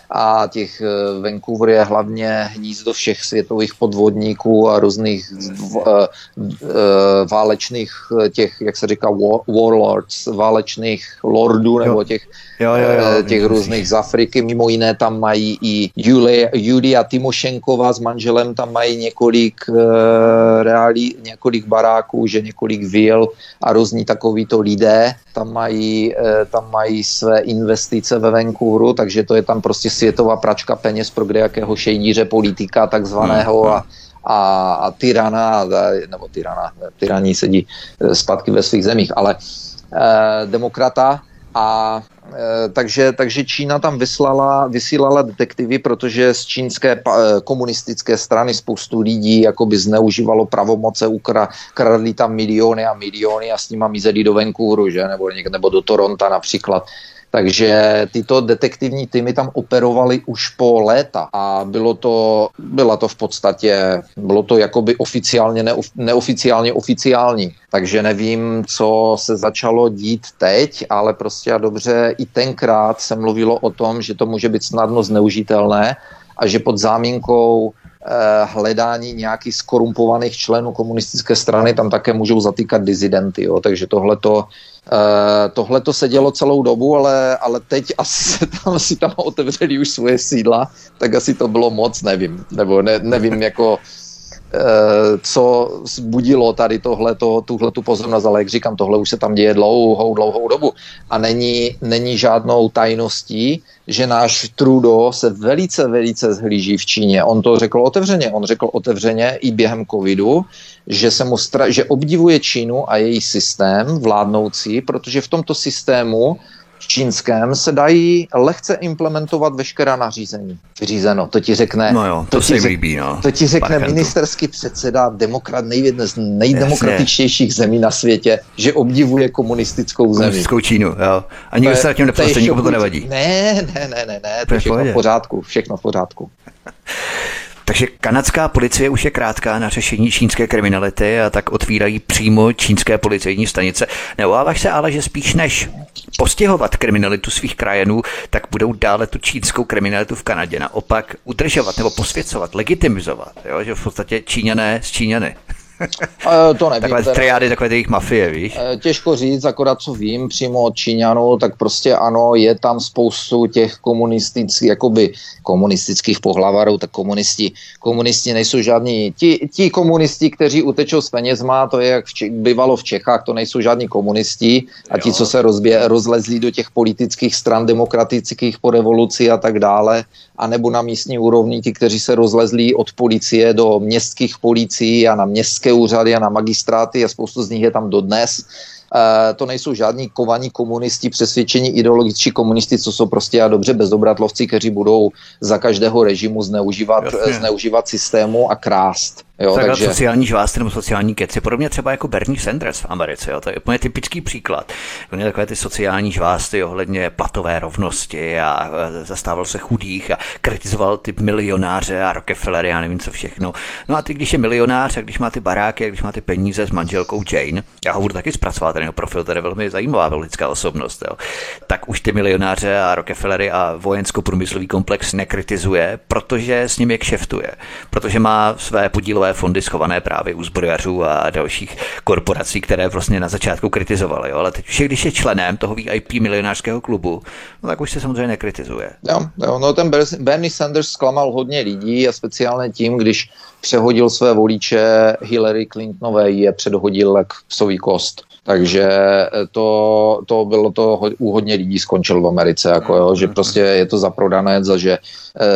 a těch Vancouver je hlavně hnízdo všech světových podvodníků a různých v, uh, uh, válečných těch, jak se říká, war, warlords, válečných lordů nebo těch, jo, jo, jo, jo, těch různých z Afriky. Mimo jiné tam mají i Julia, Julia Timošenková s manželem, tam mají několik uh, reálí, několik baráků, že několik vil a různí takovýto lidé. Tam mají, uh, tam mají své investice ve Vancouveru, takže to je tam prostě světová pračka peněz pro kdejakého šejdíře politika takzvaného a, a, a tyrana, nebo tyrana, tyraní sedí zpátky ve svých zemích, ale eh, demokrata a eh, takže, takže Čína tam vyslala, vysílala detektivy, protože z čínské pa, komunistické strany spoustu lidí jakoby zneužívalo pravomoce, ukra, kradli tam miliony a miliony a s nima mizeli do Vancouveru, že? Nebo, nebo do Toronta například. Takže tyto detektivní týmy tam operovaly už po léta a bylo to, byla to v podstatě, bylo to jakoby oficiálně, neof, neoficiálně oficiální. Takže nevím, co se začalo dít teď, ale prostě a dobře, i tenkrát se mluvilo o tom, že to může být snadno zneužitelné a že pod záminkou eh, hledání nějakých skorumpovaných členů komunistické strany tam také můžou zatýkat dizidenty. Jo. Takže tohleto Uh, tohle to se dělo celou dobu, ale, ale teď asi tam, si tam otevřeli už svoje sídla, tak asi to bylo moc, nevím. Nebo ne, nevím, jako, uh, co zbudilo tady tohleto, tuhletu pozornost, ale jak říkám, tohle už se tam děje dlouhou, dlouhou dobu. A není, není žádnou tajností, že náš Trudeau se velice, velice zhlíží v Číně. On to řekl otevřeně. On řekl otevřeně i během covidu, že se mu stra- že obdivuje Čínu a její systém vládnoucí, protože v tomto systému čínském se dají lehce implementovat veškerá nařízení. Vyřízeno. To ti řekne, no jo, to, to, ti řek, líbí, no. to ti řekne ministerský předseda demokrat, nejjedné z nejdemokratičtějších zemí na světě, že obdivuje komunistickou zemi. Komunistickou Čínu, jo. A nikdo se na tím nepřestane, nikomu to nevadí. Ne, ne, ne, ne, ne, to je všechno v pořádku, všechno v pořádku. Takže kanadská policie už je krátká na řešení čínské kriminality a tak otvírají přímo čínské policejní stanice. Neobáváš se ale, že spíš než postihovat kriminalitu svých krajanů, tak budou dále tu čínskou kriminalitu v Kanadě naopak udržovat nebo posvěcovat, legitimizovat, jo? Že v podstatě Číňané s Číňany. To nevím. Takové triády, takové jejich mafie, víš? Těžko říct, akorát co vím přímo od Číňanů, tak prostě ano, je tam spoustu těch komunistických, jakoby komunistických pohlavarů, tak komunisti, komunisti nejsou žádní, ti, ti komunisti, kteří utečou s penězma, to je jak v Če- bývalo v Čechách, to nejsou žádní komunisti a ti, co se rozbě, rozlezli do těch politických stran demokratických po revoluci a tak dále, anebo na místní úrovni ti, kteří se rozlezli od policie do městských policií a na městské úřady a na magistráty a spoustu z nich je tam dodnes. E, to nejsou žádní kovaní komunisti, přesvědčení ideologičtí komunisti, co jsou prostě a dobře bezobratlovci, kteří budou za každého režimu zneužívat, zneužívat systému a krást. Jo, tak takže... sociální žvásty nebo sociální keci, podobně třeba jako Bernie Sanders v Americe, jo, to je úplně typický příklad. On je takové ty sociální žvásty ohledně platové rovnosti a zastával se chudých a kritizoval ty milionáře a Rockefellery, já nevím co všechno. No a ty, když je milionář a když má ty baráky a když má ty peníze s manželkou Jane, já ho budu taky zpracovat, ten jeho profil, to je velmi zajímavá lidská osobnost, jo, tak už ty milionáře a Rockefellery a vojensko-průmyslový komplex nekritizuje, protože s nimi kšeftuje, protože má své podílové fondy schované právě u zbrojařů a dalších korporací, které vlastně na začátku kritizovaly. Jo? Ale teď už, když je členem toho V I P milionářského klubu, no tak už se samozřejmě nekritizuje. Jo, jo, no ten Bernie Sanders zklamal hodně lidí a speciálně tím, když přehodil své voliče Hillary Clintonové, je předhodil jak psový kost. Takže to, to bylo to, u hodně lidí skončil v Americe, jako jo, že prostě je to zaprodanec a že e,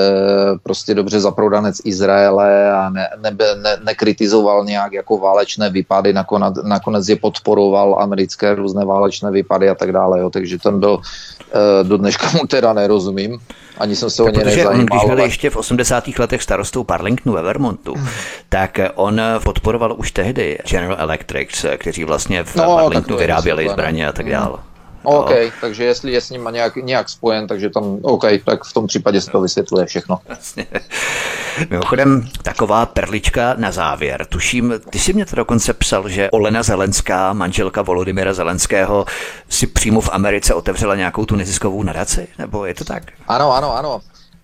prostě dobře zaprodanec Izraele a ne, ne, ne, nekritizoval nějak jako válečné výpady, nakonec, nakonec je podporoval americké různé válečné výpady a tak dále, jo, takže ten byl, e, do dneška mu teda nerozumím. Ani jsem se o ně nezajímal. On, když byl ještě v osmdesátých letech starostou Burlingtonu ve Vermontu, tak on podporoval už tehdy General Electric, kteří vlastně v no, Burlingtonu vyráběli zbraně a tak dále. OK, no. Takže jestli je s ním nějak, nějak spojen, takže tam, OK, tak v tom případě se to vysvětluje všechno. Jasně. Mimochodem, taková perlička na závěr. Tuším, ty jsi mě to dokonce psal, že Olena Zelenská, manželka Volodymyra Zelenského, si přímo v Americe otevřela nějakou tu neziskovou nadaci? Nebo je to tak? Ano, ano, ano.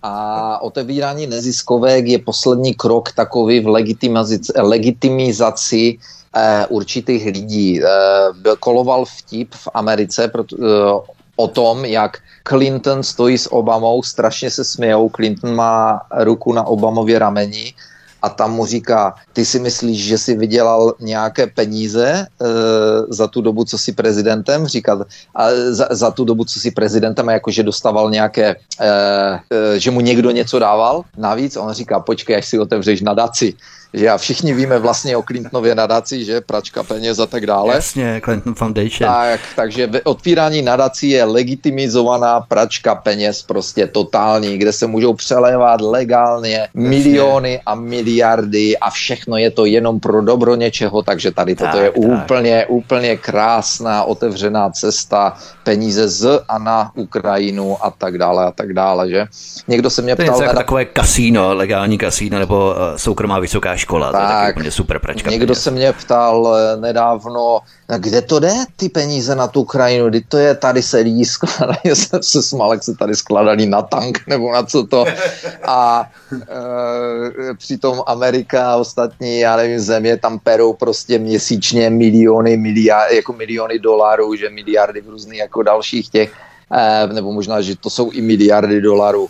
A otevírání neziskovek je poslední krok takový v legitimizaci, legitimizaci eh, určitých lidí. Eh, byl koloval vtip v Americe proto, eh, o tom, jak Clinton stojí s Obamou, strašně se smějou, Clinton má ruku na Obamově rameni a tam mu říká, ty si myslíš, že jsi vydělal nějaké peníze e, za tu dobu, co jsi prezidentem, říká, a za, za tu dobu, co jsi prezidentem, a jakože dostával nějaké, e, e, že mu někdo něco dával. Navíc on říká, počkej, až si otevřeš nadaci. Že a všichni víme vlastně o Clintonově nadaci, že pračka peněz a tak dále. Jasně, Clinton Foundation. Tak, takže otvírání nadací je legitimizovaná pračka peněz, prostě totální, kde se můžou přelévat legálně miliony a miliardy a všechno je to jenom pro dobro něčeho, takže tady toto tak, je tak. úplně, úplně krásná otevřená cesta, peníze z a na Ukrajinu a tak dále a tak dále, že? Někdo se mě to ptal... To je jako takové kasíno, legální kasíno nebo uh, soukromá vysoká škola, tak, to je taky úplně super pračka. Někdo peněz. Se mě ptal nedávno, kde to jde, ty peníze na tu Ukrajinu, kdy to je, tady se lidi skladají, jsem se smál, jak se tady skladali na tank, nebo na co to. A e, přitom Amerika a ostatní, já nevím, země tam perou prostě měsíčně miliony, miliardy, jako miliony dolarů, že miliardy v různých jako dalších těch, e, nebo možná, že to jsou i miliardy dolarů.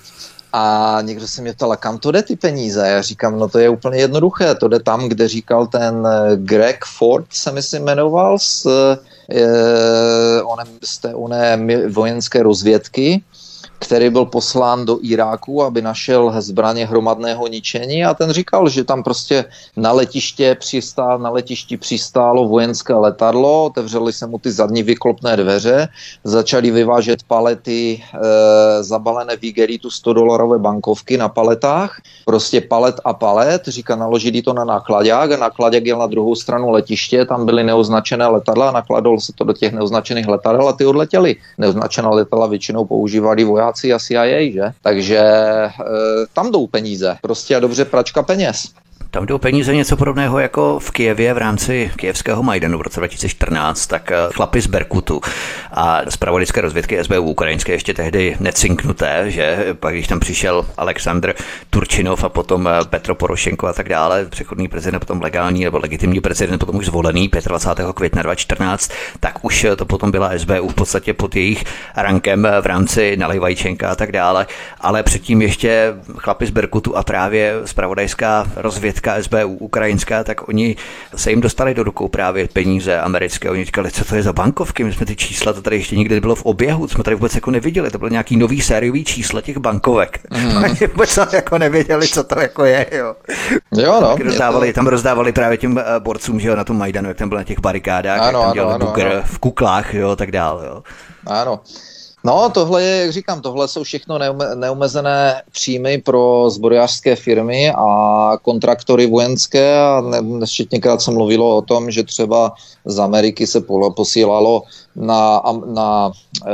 A někdo se mě ptal, kam to jde ty peníze? Já říkám, no to je úplně jednoduché, to jde tam, kde říkal ten Greg Ford, se myslím jmenoval, z, je, onem, z té oné vojenské rozvědky, který byl poslán do Iráku, aby našel zbraně hromadného ničení a ten říkal, že tam prostě na letiště přistál, na letišti přistálo vojenské letadlo, otevřeli se mu ty zadní vyklopné dveře, začali vyvážet palety e, zabalené v igeritu sto dolarové bankovky na paletách, prostě palet a palet, říká, naložili to na nákladák a nákladák jel na druhou stranu letiště, tam byly neoznačené letadla a nakladalo se to do těch neoznačených letadel a ty odletěly. Neoznačená letadla většinou používali vojáci a C I A, že? Takže e, tam jdou peníze. Prostě a dobře pračka peněz. Tam jdou peníze něco podobného jako v Kyjevě v rámci kyjevského Majdanu v roce dva tisíce čtrnáct, tak chlapi z Berkutu a zpravodajské rozvědky S B U ukrajinské ještě tehdy necinknuté, že pak když tam přišel Aleksandr Turčinov a potom Petro Porošenko a tak dále, přechodný prezident, potom legální nebo legitimní prezident, potom už zvolený dvacátého pátého května dva tisíce čtrnáct, tak už to potom byla S B U v podstatě pod jejich rankem v rámci Nalivajčenka a tak dále, ale předtím ještě chlapi z Berkutu a právě zpravodajská rozvědka S B U ukrajinská, tak oni se jim dostali do rukou právě peníze americké. Oni říkali, co to je za bankovky, my jsme ty čísla, to tady ještě nikdy nebylo v oběhu, jsme tady vůbec jako neviděli, to byl nějaký nový sériový čísla těch bankovek. Mm. Oni vůbec jako nevěděli, co to jako je, jo. Jo, no. Rozdávali, tam rozdávali právě těm borcům, že jo, na tom Majdanu, jak tam byl na těch barikádách, ano, jak tam dělali bugr v kuklách, jo, tak dále, jo. Ano. No, tohle je, jak říkám, tohle jsou všechno neomezené příjmy pro zbrojařské firmy a kontraktory vojenské a nesčetněkrát se mluvilo o tom, že třeba z Ameriky se posílalo na, na e,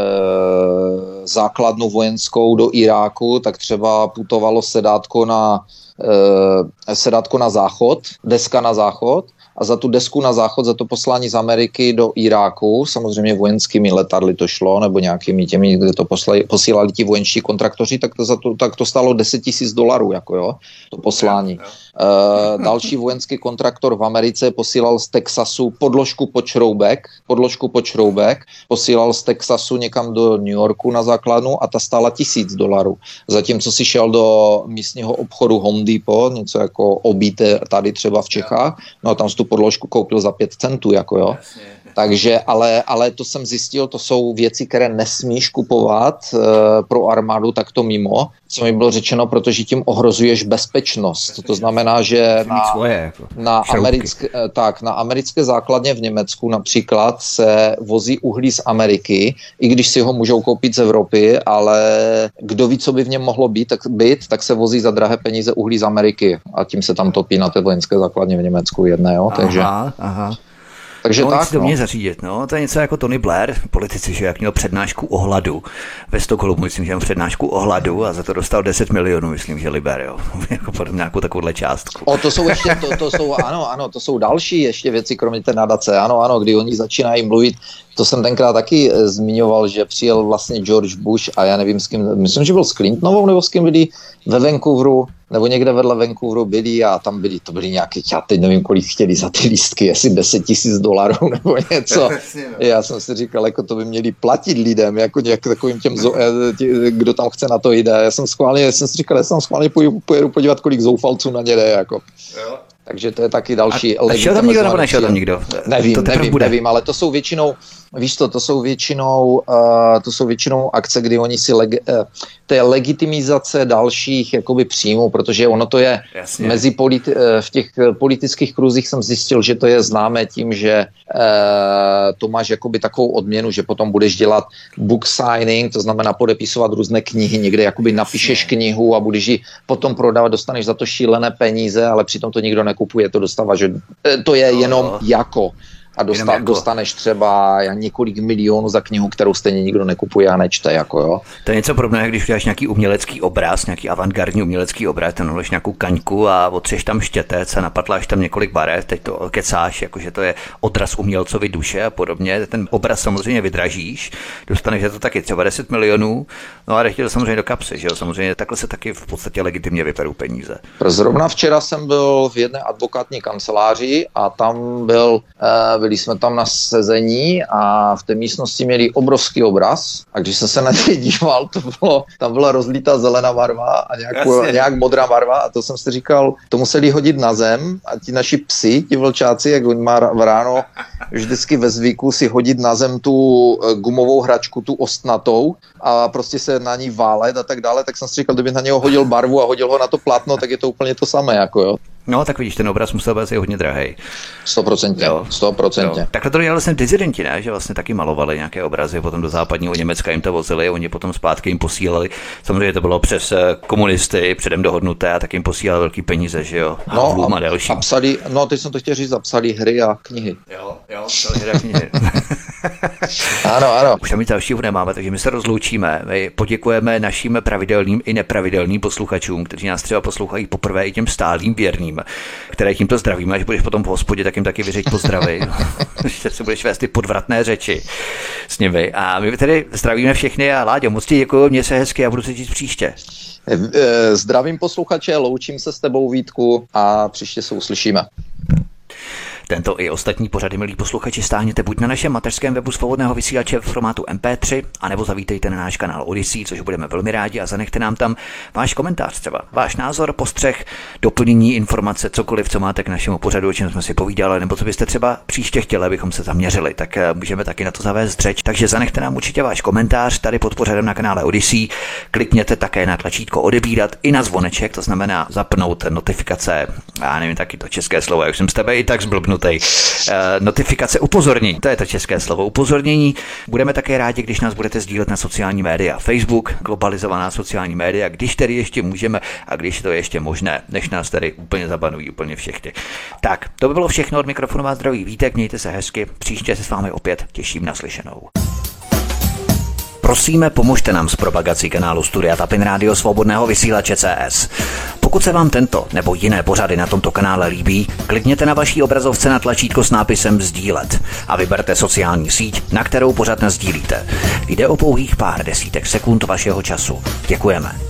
základnu vojenskou do Iráku, tak třeba putovalo sedátko na, e, sedátko na záchod, deska na záchod, a za tu desku na záchod, za to poslání z Ameriky do Iráku, samozřejmě vojenskými letadly to šlo, nebo nějakými těmi, kde to poslali, posílali ti vojenští kontraktoři, tak to, za to, tak to stálo deset tisíc dolarů, jako jo, to poslání. Yeah, yeah. Uh, další vojenský kontraktor v Americe posílal z Texasu podložku pod šroubek, podložku pod šroubek, posílal z Texasu někam do New Yorku na základnu a ta stála tisíc dolarů. Zatímco si šel do místního obchodu Home Depot, něco jako obíte tady třeba v Čechách, no a tam tu podložku koupil za pět centů, jako jo. Takže, ale, ale to jsem zjistil, to jsou věci, které nesmíš kupovat uh, pro armádu takto mimo, co mi bylo řečeno, protože tím ohrozuješ bezpečnost. To znamená, že na, svoje, jako na, americké, tak, na americké základně v Německu například se vozí uhlí z Ameriky, i když si ho můžou koupit z Evropy, ale kdo ví, co by v něm mohlo být, tak, být, tak se vozí za drahé peníze uhlí z Ameriky a tím se tam topí na té vojenské základně v Německu jedné. Jo? Takže... Aha, aha. Takže no, tak, si to no. mě zařídit, no, to je něco jako Tony Blair, politici, že jak měl přednášku o hladu ve Stockholmu, myslím, že měl přednášku o hladu a za to dostal deset milionů, myslím, že liber, jo, jako potom nějakou takovouhle částku. O, to jsou ještě, to, to jsou, ano, ano, to jsou další ještě věci, kromě té nadace, ano, ano, kdy oni začínají mluvit, to jsem tenkrát taky e, zmiňoval, že přijel vlastně George Bush a já nevím s kým, myslím, že byl s Clintonovou nebo s kým byli ve Vancouveru, nebo někde vedle Vancouveru byli a tam byli, to byly nějaké, já teď nevím, kolik chtěli za ty lístky, jestli deset tisíc dolarů nebo něco. Já jsem si říkal, jako to by měli platit lidem, jako nějak takovým těm, kdo tam chce na to jde. Já jsem schválně, já jsem si říkal, já jsem schválně pojedu, pojedu podívat, kolik zoufalců na ně jde, jako. Jo. Takže to je taky další... A šel tam někdo nebo nešel tam někdo? Nevím, nevím, nevím, ale to jsou většinou, víš to, to jsou většinou, uh, to jsou většinou akce, kdy oni si, leg, uh, to je legitimizace dalších jakoby příjmů, protože ono to je Jasně. mezi politi- uh, v těch politických kruzích jsem zjistil, že to je známé tím, že uh, to máš jakoby takovou odměnu, že potom budeš dělat book signing, to znamená podepisovat různé knihy, někde jakoby napíšeš knihu a budeš ji potom prodávat, dostaneš za to šílené peníze, ale přitom to nikdo nekupuje, to dostává, že to je jenom jako a dosta, jako... dostaneš třeba několik milionů za knihu, kterou stejně nikdo nekupuje a nečte. Jako, jo. To je něco podobného, když uděláš nějaký umělecký obraz, nějaký avantgardní umělecký obraz, ten naleš nějakou kaňku a otřeš tam štětec a napatláš tam několik barev, teď to kecáš, jakože to je odraz umělcovy duše a podobně. Ten obraz samozřejmě vydražíš, dostaneš za to taky třeba deset milionů, no a jdeš to samozřejmě do kapsy, že jo, samozřejmě takhle se taky v podstatě legitimně vyperou peníze. Zrovna včera jsem byl v jedné advokátní kanceláři a tam byl uh, byli jsme tam na sezení a v té místnosti měli obrovský obraz a když jsem se na něj díval, to bylo, tam byla rozlítá zelená barva a nějakou, nějak modrá barva a to jsem si říkal, to museli hodit na zem a ti naši psi, ti vlčáci, jak oni má ráno vždycky ve zvyku si hodit na zem tu gumovou hračku, tu ostnatou a prostě se na ní válet a tak dále, tak jsem si říkal, kdyby na něho hodil barvu a hodil ho na to plátno, tak je to úplně to samé, jako jo. No, tak vidíš, ten obraz musel být hodně drahej. sto procent, sto procent. Takhle to dělali vlastně dizidenti, ne? Že vlastně taky malovali nějaké obrazy, potom do západního Německa jim to vozili, oni potom zpátky jim posílali. Samozřejmě to bylo přes komunisty, předem dohodnuté a tak jim posílali velký peníze, že jo? No, a, a další. A psali, no, teď jsem to chtěl říct, zapsali hry a knihy. Jo, jo, psali hry a knihy. Ano, ano. Už tam nic dalšího nemáme, takže my se rozloučíme. My poděkujeme našim pravidelným i nepravidelným posluchačům, kteří nás třeba poslouchají poprvé, i těm stálým věrným, které tímto zdravíme, až budeš potom v hospodě, tak jim taky vyřeď pozdravy. Ještě se budeš vést ty podvratné řeči s nimi. A my tedy zdravíme všechny a Láďo, moc ti děkuju, měj se hezky a budu se těšit příště. Zdravím posluchače, loučím se s tebou, Vítku, a příště se uslyšíme. Tento i ostatní pořady, milí posluchači, stáhněte buď na našem mateřském webu Svobodného vysílače v formátu em pé tři, anebo zavítejte na náš kanál Odyssey, což budeme velmi rádi, a zanechte nám tam váš komentář, třeba váš názor, postřeh, doplnění, informace, cokoliv, co máte k našemu pořadu, o čem jsme si povídali, nebo co byste třeba příště chtěli, abychom se zaměřili, tak můžeme taky na to zavést řeč. Takže zanechte nám určitě váš komentář tady pod pořadem na kanále Odyssey. Klikněte také na tlačítko odebírat i na zvoneček, to znamená zapnout notifikace. Já nevím taky to české slovo, jak jsem s tebe i tak zblbnut. Notifikace, upozornění, to je to české slovo, upozornění. Budeme také rádi, když nás budete sdílet na sociální média. Facebook, globalizovaná sociální média, když tedy ještě můžeme a když to je ještě možné, než nás tady úplně zabanují úplně všechny. Tak, to by bylo všechno, od mikrofonu vás zdraví Vítek, mějte se hezky, příště se s vámi opět těším na slyšenou. Prosíme, pomožte nám s propagací kanálu Studia Tapin Rádio Svobodného vysílače C S. Pokud se vám tento nebo jiné pořady na tomto kanále líbí, klikněte na vaší obrazovce na tlačítko s nápisem sdílet a vyberte sociální síť, na kterou pořad nasdílíte. Jde o pouhých pár desítek sekund vašeho času. Děkujeme.